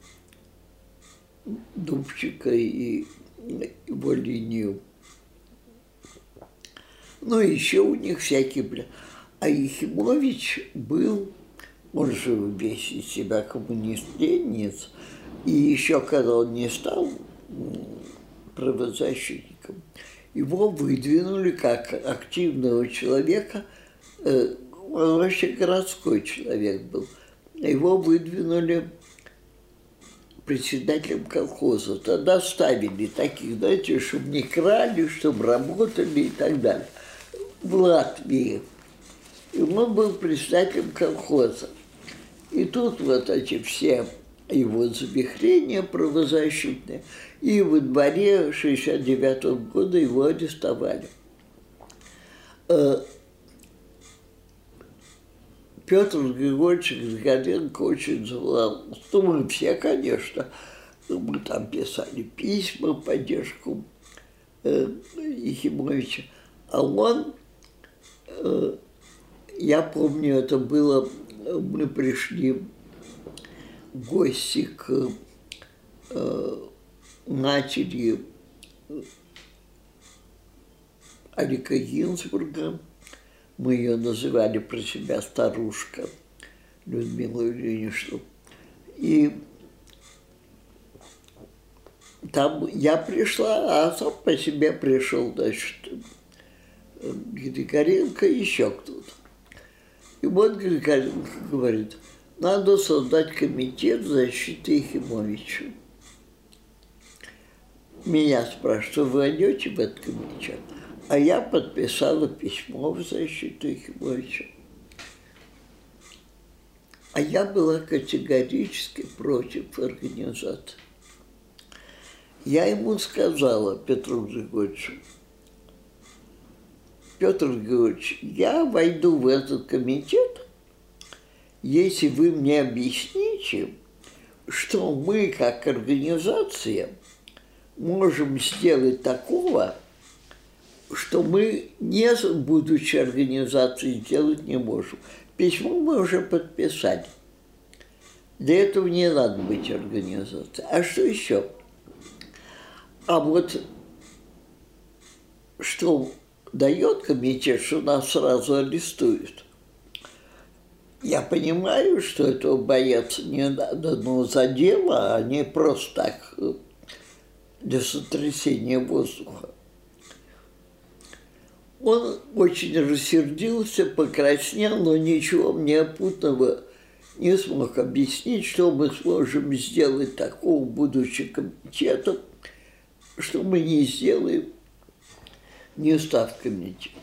A: Дубчика и его линию. Ну, еще у них всякие... А Ефимович был, он же весь из себя коммунист-ленинец, и еще когда он не стал правозащитником, его выдвинули как активного человека, он вообще городской человек был, его выдвинули председателем колхоза. Тогда ставили таких, знаете, чтобы не крали, чтобы работали и так далее. В Латвии. И он был председателем колхоза. И тут вот эти все его завихрения правозащитные, и во дворе шестьдесят девятого года его арестовали. Петр Григорьевич Григоренко очень заволновался. Ну, мы все, конечно, мы там писали письма в поддержку Ефимовича. А он, я помню, это было, мы пришли в гости к матери Алика Гинзбурга. Мы ее называли про себя старушка Людмила Ильинична. И там я пришла, а сам по себе пришел, значит, Григоренко и еще кто-то. И вот Григоренко говорит, надо создать комитет защиты Ефимовича. Меня спрашивают, вы войдете в этот комитет? А я подписала письмо в защиту Ефимовича. А я была категорически против организации. Я ему сказала, Петру Григорьевичу, Петр Григорьевич, я войду в этот комитет, если вы мне объясните, что мы, как организация, можем сделать такого, что мы, не будучи организацией, сделать не можем. Письмо мы уже подписали. Для этого не надо быть организацией. А что еще? А вот что дает комитет, что нас сразу арестуют. Я понимаю, что этого бояться не надо, но за дело, а не просто так для сотрясения воздуха. Он очень рассердился, покраснел, но ничего мне путного не смог объяснить, что мы сможем сделать такого, будучи комитетом, что мы не сделаем, не став комитетом.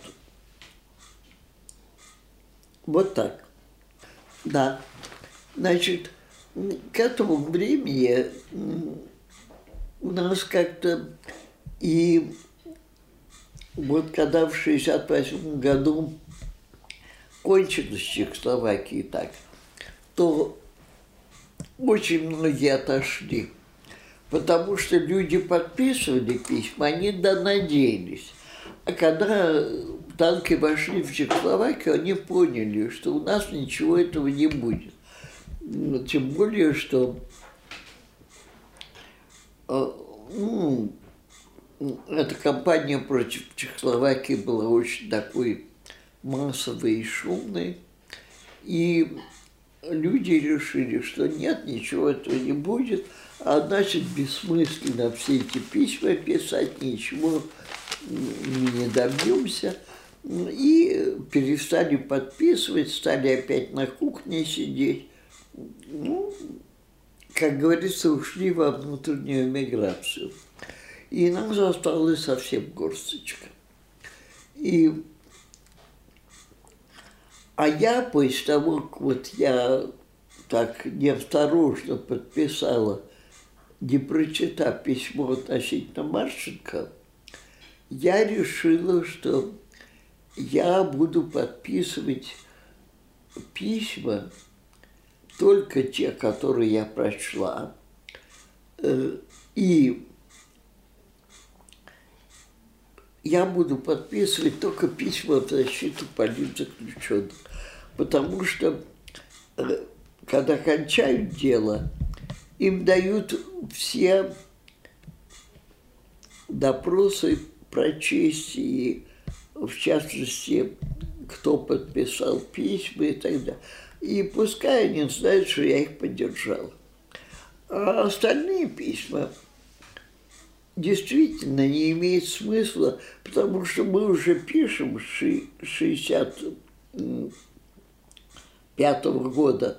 A: Вот так. Да. Значит, к этому времени у нас как-то и вот когда в шестьдесят восьмом году кончилась Чехословакия так, то очень многие отошли, потому что люди подписывали письма, они донадеялись. А когда танки вошли в Чехословакию, они поняли, что у нас ничего этого не будет. Тем более, что ну, эта кампания против Чехословакии была очень такой массовой и шумной. И люди решили, что нет, ничего этого не будет, а значит, бессмысленно все эти письма писать, ничего не добьемся. И перестали подписывать, стали опять на кухне сидеть. Ну, как говорится, ушли во внутреннюю миграцию. И нас осталось совсем горсточка. И, а я после того, как вот я так неосторожно подписала, не прочитав письмо относительно Марченко, я решила, что я буду подписывать письма, только те, которые я прочла, и я буду подписывать только письма в защиту политзаключенных, потому что, когда кончают дело, им дают все допросы прочесть, и в частности, кто подписал письма и так далее. И пускай они знают, что я их поддержал. А остальные письма действительно не имеют смысла, потому что мы уже пишем с шестьдесят пятого года.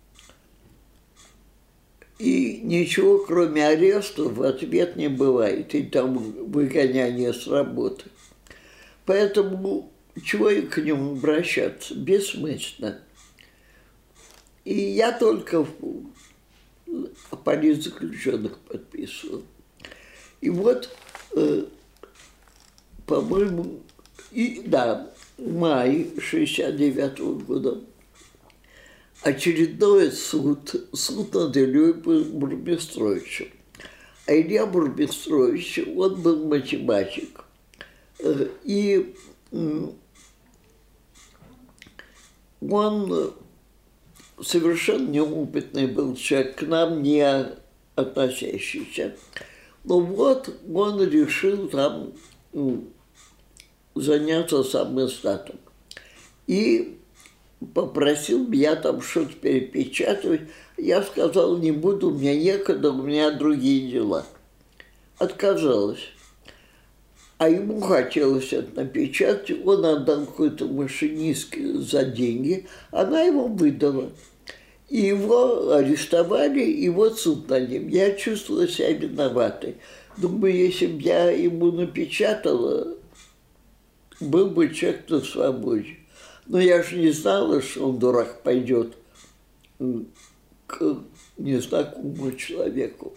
A: И ничего, кроме ареста, в ответ не бывает, и там выгоняние с работы. Поэтому чего и к нему обращаться? Бессмысленно. И я только политзаключенных подписывал. И вот, э, по-моему, и, да, в мае шестьдесят девятого года очередной суд, суд над Ильей Бурмистровичем. А Илья Бурмистрович, он был математик. Э, и э, он совершенно неопытный был человек, к нам не относящийся. Но вот он решил там ну, заняться самоиздатом. И попросил меня там что-то перепечатывать. Я сказал, не буду, у меня некогда, у меня другие дела. Отказалась. А ему хотелось это напечатать, он отдал какой-то машинистке за деньги, она его выдала. И его арестовали, и вот суд над ним. Я чувствовала себя виноватой. Думаю, если бы я ему напечатала, был бы человек на свободе. Но я же не знала, что он, дурак, пойдет к незнакомому человеку.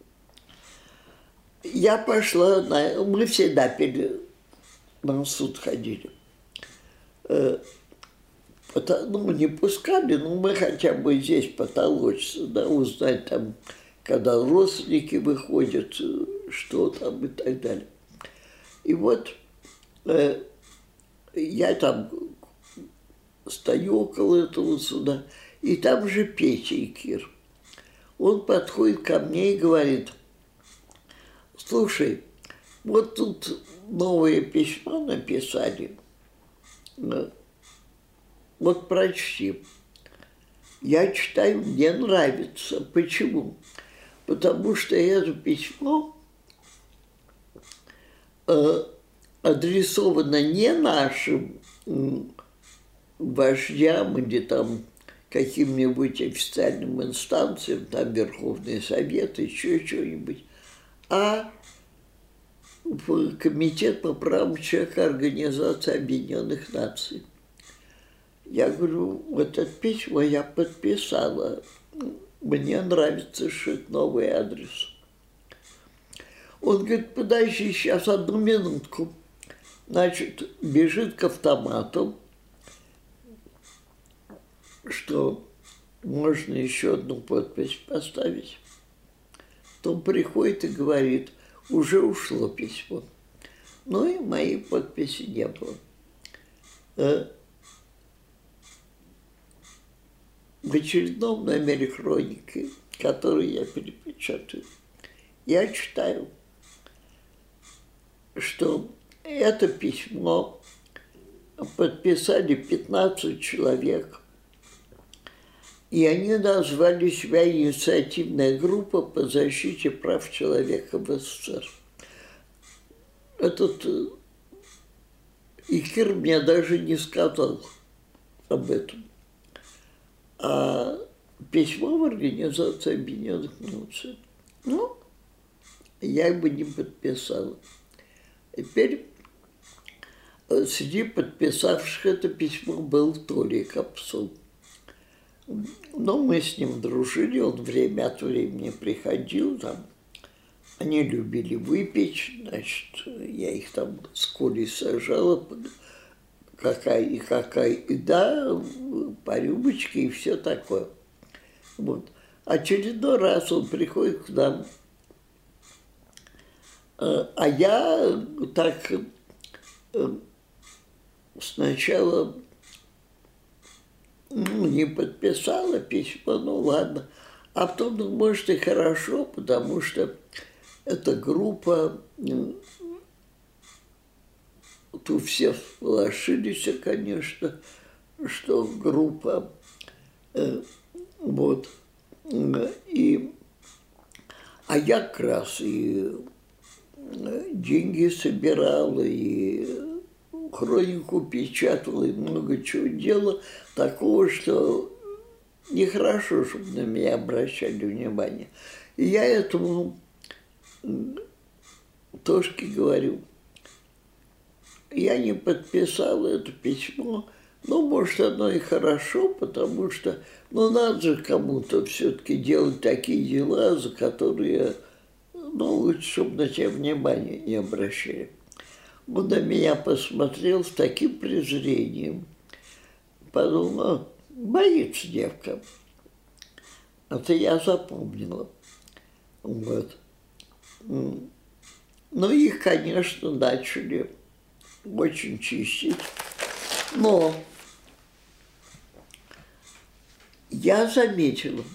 A: Я пошла, на... мы всегда перед... на суд ходили. Ну, не пускали, но мы хотя бы здесь потолочься, да, узнать там, когда родственники выходят, что там и так далее. И вот э, я там стою около этого суда, и там же Петя и Кир. Он подходит ко мне и говорит: слушай, вот тут новое письмо написали, вот прочти. Я читаю, мне нравится. Почему? Потому что это письмо э, адресовано не нашим вождям или там каким-нибудь официальным инстанциям, там Верховный Совет, еще что-нибудь, а в Комитет по правам человека Организации Объединенных Наций. Я говорю, вот это письмо я подписала. Мне нравится, что это новый адрес. Он говорит, подожди, сейчас одну минутку. Значит, бежит к автомату, что можно еще одну подпись поставить. Потом приходит и говорит, уже ушло письмо. Ну и моей подписи не было. В очередном номере хроники, который я перепечатаю, я читаю, что это письмо подписали пятнадцать человек, и они назвали себя инициативная группа по защите прав человека в СССР. Этот Ихир мне даже не сказал об этом. А письмо в Организацию Объединенных Наций, ну, я его не подписала. Теперь среди подписавших это письмо был Толя Капсул. Но мы с ним дружили, он время от времени приходил, там, они любили выпить, значит, я их там с Колей сажала, какая и какая, и да, по рюмочке и все такое. Вот. Очередной раз он приходит к нам, а я так сначала ну, не подписала письмо, ну ладно. А потом, ну, может, и хорошо, потому что эта группа, тут все всполошились, конечно, что группа, э, вот, и, а я как раз и деньги собирала, и хронику печатала, и много чего делала, такого, что нехорошо, чтобы на меня обращали внимание. И я этому Тошке говорю, я не подписала это письмо, ну, может, оно и хорошо, потому что, ну, надо же кому-то все-таки делать такие дела, за которые, ну, лучше, чтобы на тебя внимания не обращали. Он на меня посмотрел с таким презрением, подумал, боится девка. Это я запомнила. Вот. Ну, их, конечно, начали очень чистить. Но я заметила,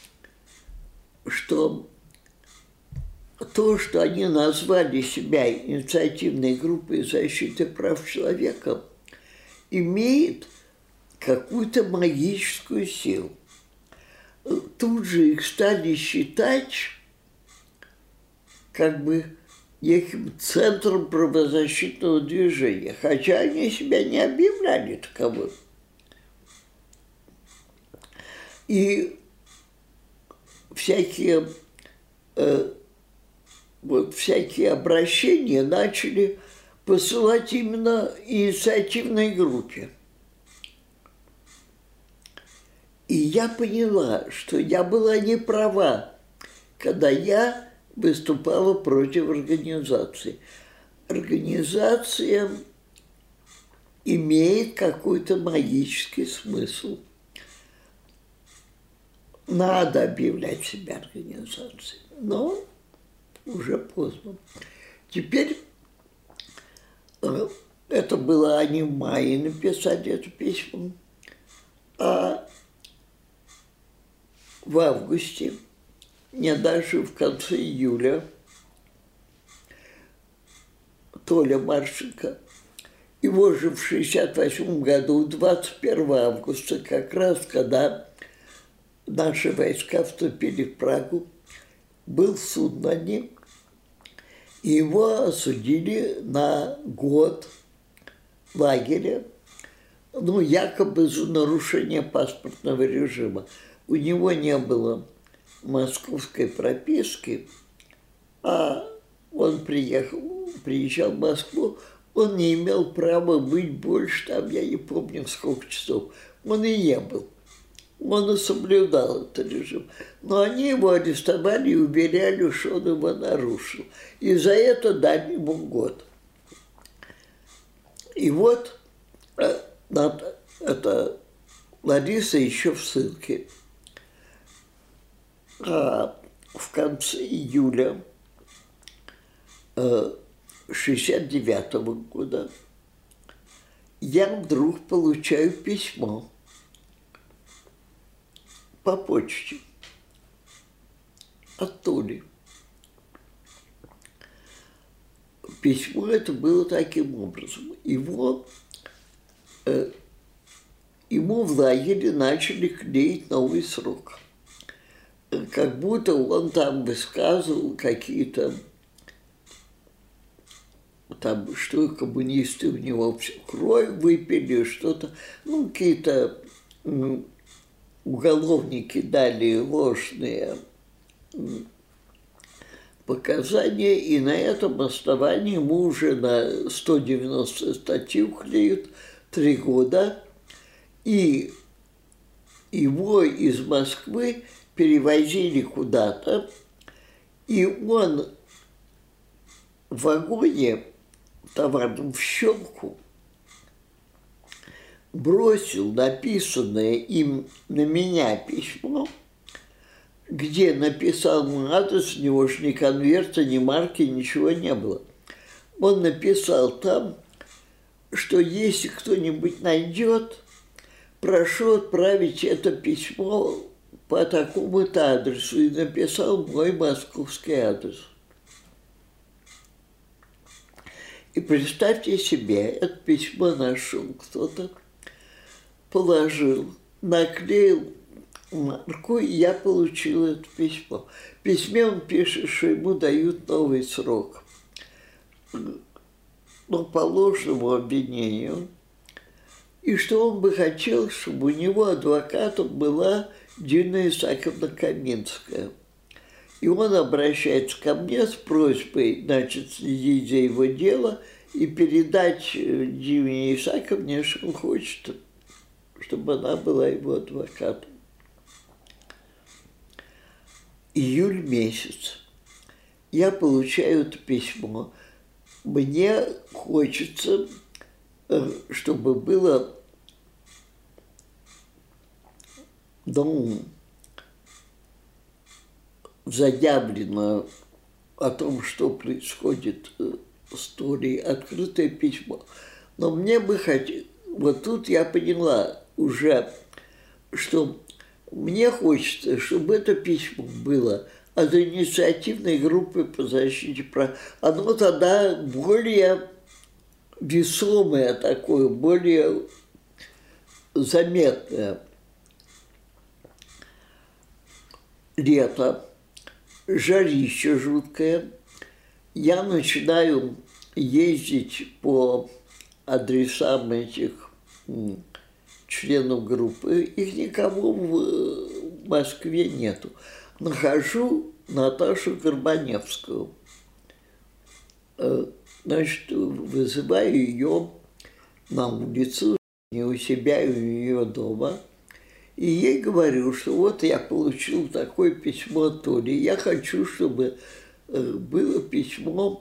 A: что то, что они назвали себя инициативной группой защиты прав человека, имеет какую-то магическую силу. Тут же их стали считать как бы неким центром правозащитного движения, хотя они себя не объявляли таковым. И всякие, э, вот всякие обращения начали посылать именно инициативной группе. И я поняла, что я была не права, когда я выступала против организации. Организация имеет какой-то магический смысл. Надо объявлять себя организацией, но уже поздно. Теперь это было, они в мае написали это письмо, а в августе, не даже в конце июля, Толя Марченко, его же в шестьдесят восьмом году, двадцать первого августа, как раз когда наши войска вступили в Прагу, был суд над ним, и его осудили на год лагеря, ну, якобы за нарушение паспортного режима. У него не было московской прописки, а он приехал, приезжал в Москву, он не имел права быть больше, там, я не помню, сколько часов. Он и не был. Он и соблюдал этот режим. Но они его арестовали и уверяли, что он его нарушил. И за это дали ему год. И вот это Лариса еще в ссылке. А в конце июля шестьдесят девятого года я вдруг получаю письмо по почте от Толи. Письмо это было таким образом. Его, э, ему в лагере начали клеить новый срок. Как будто он там высказывал какие-то, там, что коммунисты у него всю кровь выпили, что-то, ну, какие-то ну, уголовники дали ложные показания, и на этом основании ему уже на сто девяностую статью клеют три года, и его из Москвы перевозили куда-то, и он в вагоне товарном в щелку бросил написанное им на меня письмо, где написал мой адрес, у него же ни конверта, ни марки, ничего не было. Он написал там, что если кто-нибудь найдет, прошу отправить это письмо по такому-то адресу, и написал мой московский адрес. И представьте себе, это письмо нашел кто-то, положил, наклеил марку, и я получил это письмо. В письме он пишет, что ему дают новый срок. Но по ложному обвинению, и что он бы хотел, чтобы у него адвокатом была Дина Исааковна Каминская. И он обращается ко мне с просьбой, значит, следить за его дело и передать Дине Исааковне, что он хочет, чтобы она была его адвокатом. Июль месяц. Я получаю это письмо. Мне хочется, чтобы было, ну, заявлено о том, что происходит с Толей, открытое письмо. Но мне бы хотелось, вот тут я поняла уже, что мне хочется, чтобы это письмо было от инициативной группы по защите прав. Оно тогда более весомое такое, более заметное. Лето. Жарище жуткое. Я начинаю ездить по адресам этих членов группы. Их никого в Москве нету. Нахожу Наташу Горбаневскую. Значит, вызываю ее на улицу, не у себя, у ее дома. И ей говорю, что вот я получил такое письмо от Толи. Я хочу, чтобы было письмо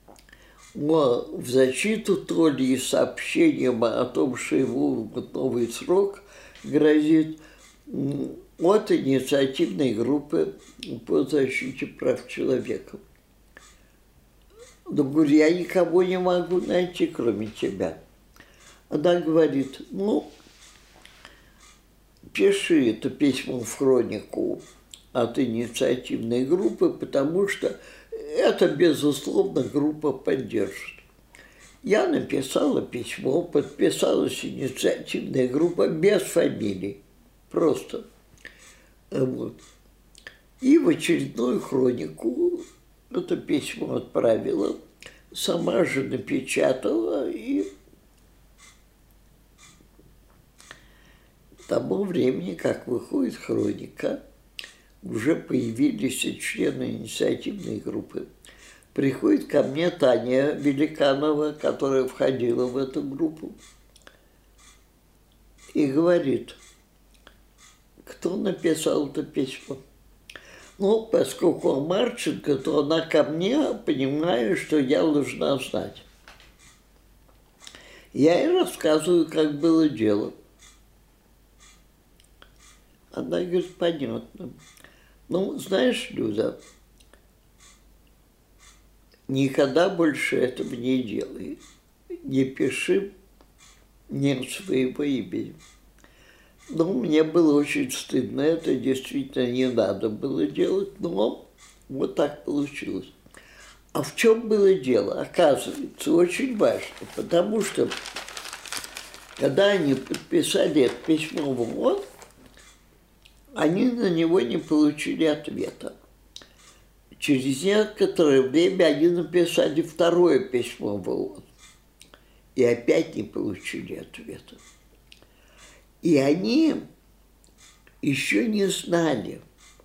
A: в защиту Толи и сообщением о том, что ему новый срок грозит от инициативной группы по защите прав человека. Но говорю, я никого не могу найти, кроме тебя. Она говорит, ну, пиши это письмо в хронику от инициативной группы, потому что это, безусловно, группа поддержит. Я написала письмо, подписалась инициативная группа без фамилий, просто. Вот. И в очередную хронику это письмо отправила, сама же напечатала, и к тому времени, как выходит хроника, уже появились и члены инициативной группы. Приходит ко мне Таня Великанова, которая входила в эту группу, и говорит: кто написал это письмо? Ну, поскольку Марченко, то она ко мне, понимая, что я должна знать. Я ей рассказываю, как было дело. Она говорит: понятно. Ну, знаешь, Люда, никогда больше этого не делай. Не пиши нет своего имени. Ну, мне было очень стыдно, это действительно не надо было делать, но вот так получилось. А в чем было дело? Оказывается, очень важно, потому что когда они подписали это письмо в ООН, они на него не получили ответа. Через некоторое время они написали второе письмо в ООН и опять не получили ответа. И они еще не знали,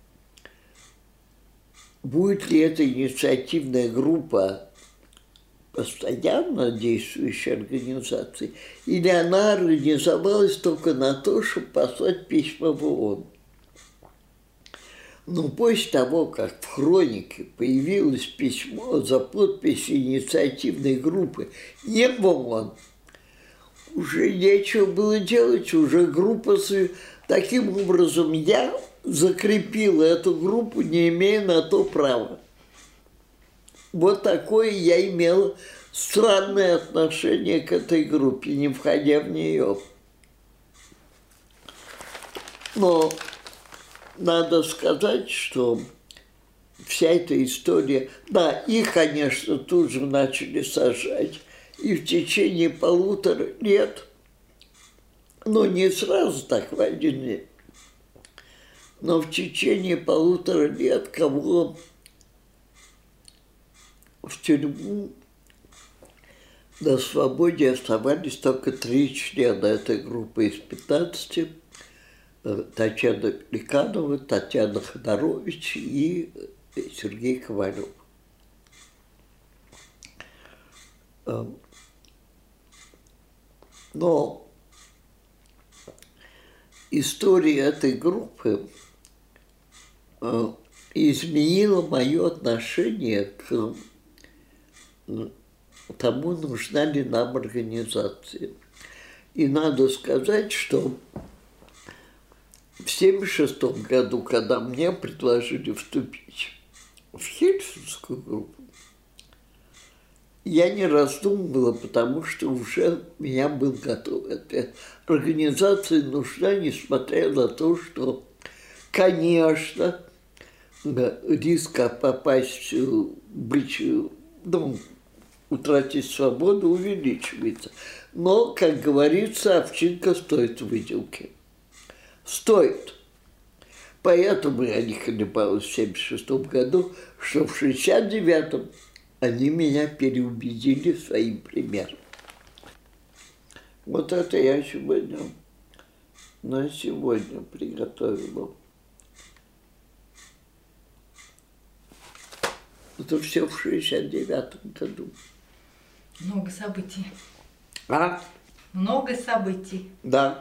A: будет ли эта инициативная группа постоянно действующей организацией, или она организовалась только на то, чтобы послать письма в ООН. Но после того, как в хронике появилось письмо за подписью инициативной группы не в ООН, уже нечего было делать, уже группа... Таким образом, я закрепила эту группу, не имея на то права. Вот такое я имела странное отношение к этой группе, не входя в нее. Но надо сказать, что вся эта история... Да, их, конечно, тут же начали сажать. И в течение полутора лет, ну, не сразу так в один день, но в течение полутора лет, кого в тюрьму на свободе оставались только три члена этой группы из пятнадцати. Татьяна Великанова, Татьяна Ходорович и Сергей Ковалев. Но история этой группы изменила мое отношение к тому, нужна ли нам организация. И надо сказать, что в семьдесят шестом году, когда мне предложили вступить в Хельсинскую группу, я не раздумывала, потому что уже меня был готов ответ. Организация нужна, несмотря на то, что, конечно, риск попасть, быть, ну, утратить свободу увеличивается. Но, как говорится, овчинка стоит выделки. Стоит. Поэтому я не колебалась в семьдесят шестом году, что в шестьдесят девятом они меня переубедили своим примером. Вот это я сегодня, на сегодня приготовила. Это все в шестьдесят девятом году.
B: Много событий.
A: А?
B: Много событий.
A: Да.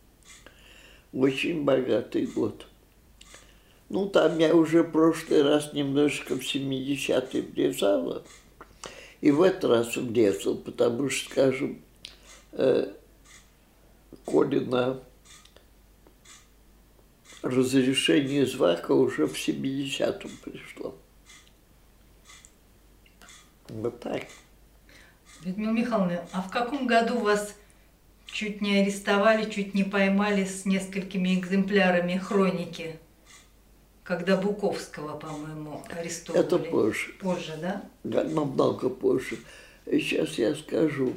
A: Очень богатый год. Ну, там я уже в прошлый раз немножко в семидесятые влезала, и в этот раз влезла, потому что, скажем, э, Колина разрешение звака уже в семидесятом пришло. Вот так.
B: Людмила Михайловна, а в каком году вас чуть не арестовали, чуть не поймали с несколькими экземплярами хроники? Когда Буковского, по-моему, арестовали.
A: Это позже.
B: Позже, да?
A: Да, намного позже. Сейчас я скажу.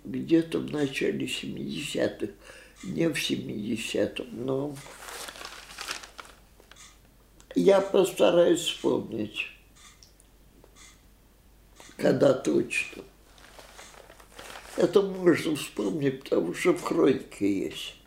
A: где-то в начале семидесятых, не в семидесятом, но я постараюсь вспомнить, когда точно. Это можно вспомнить, потому что в хронике есть.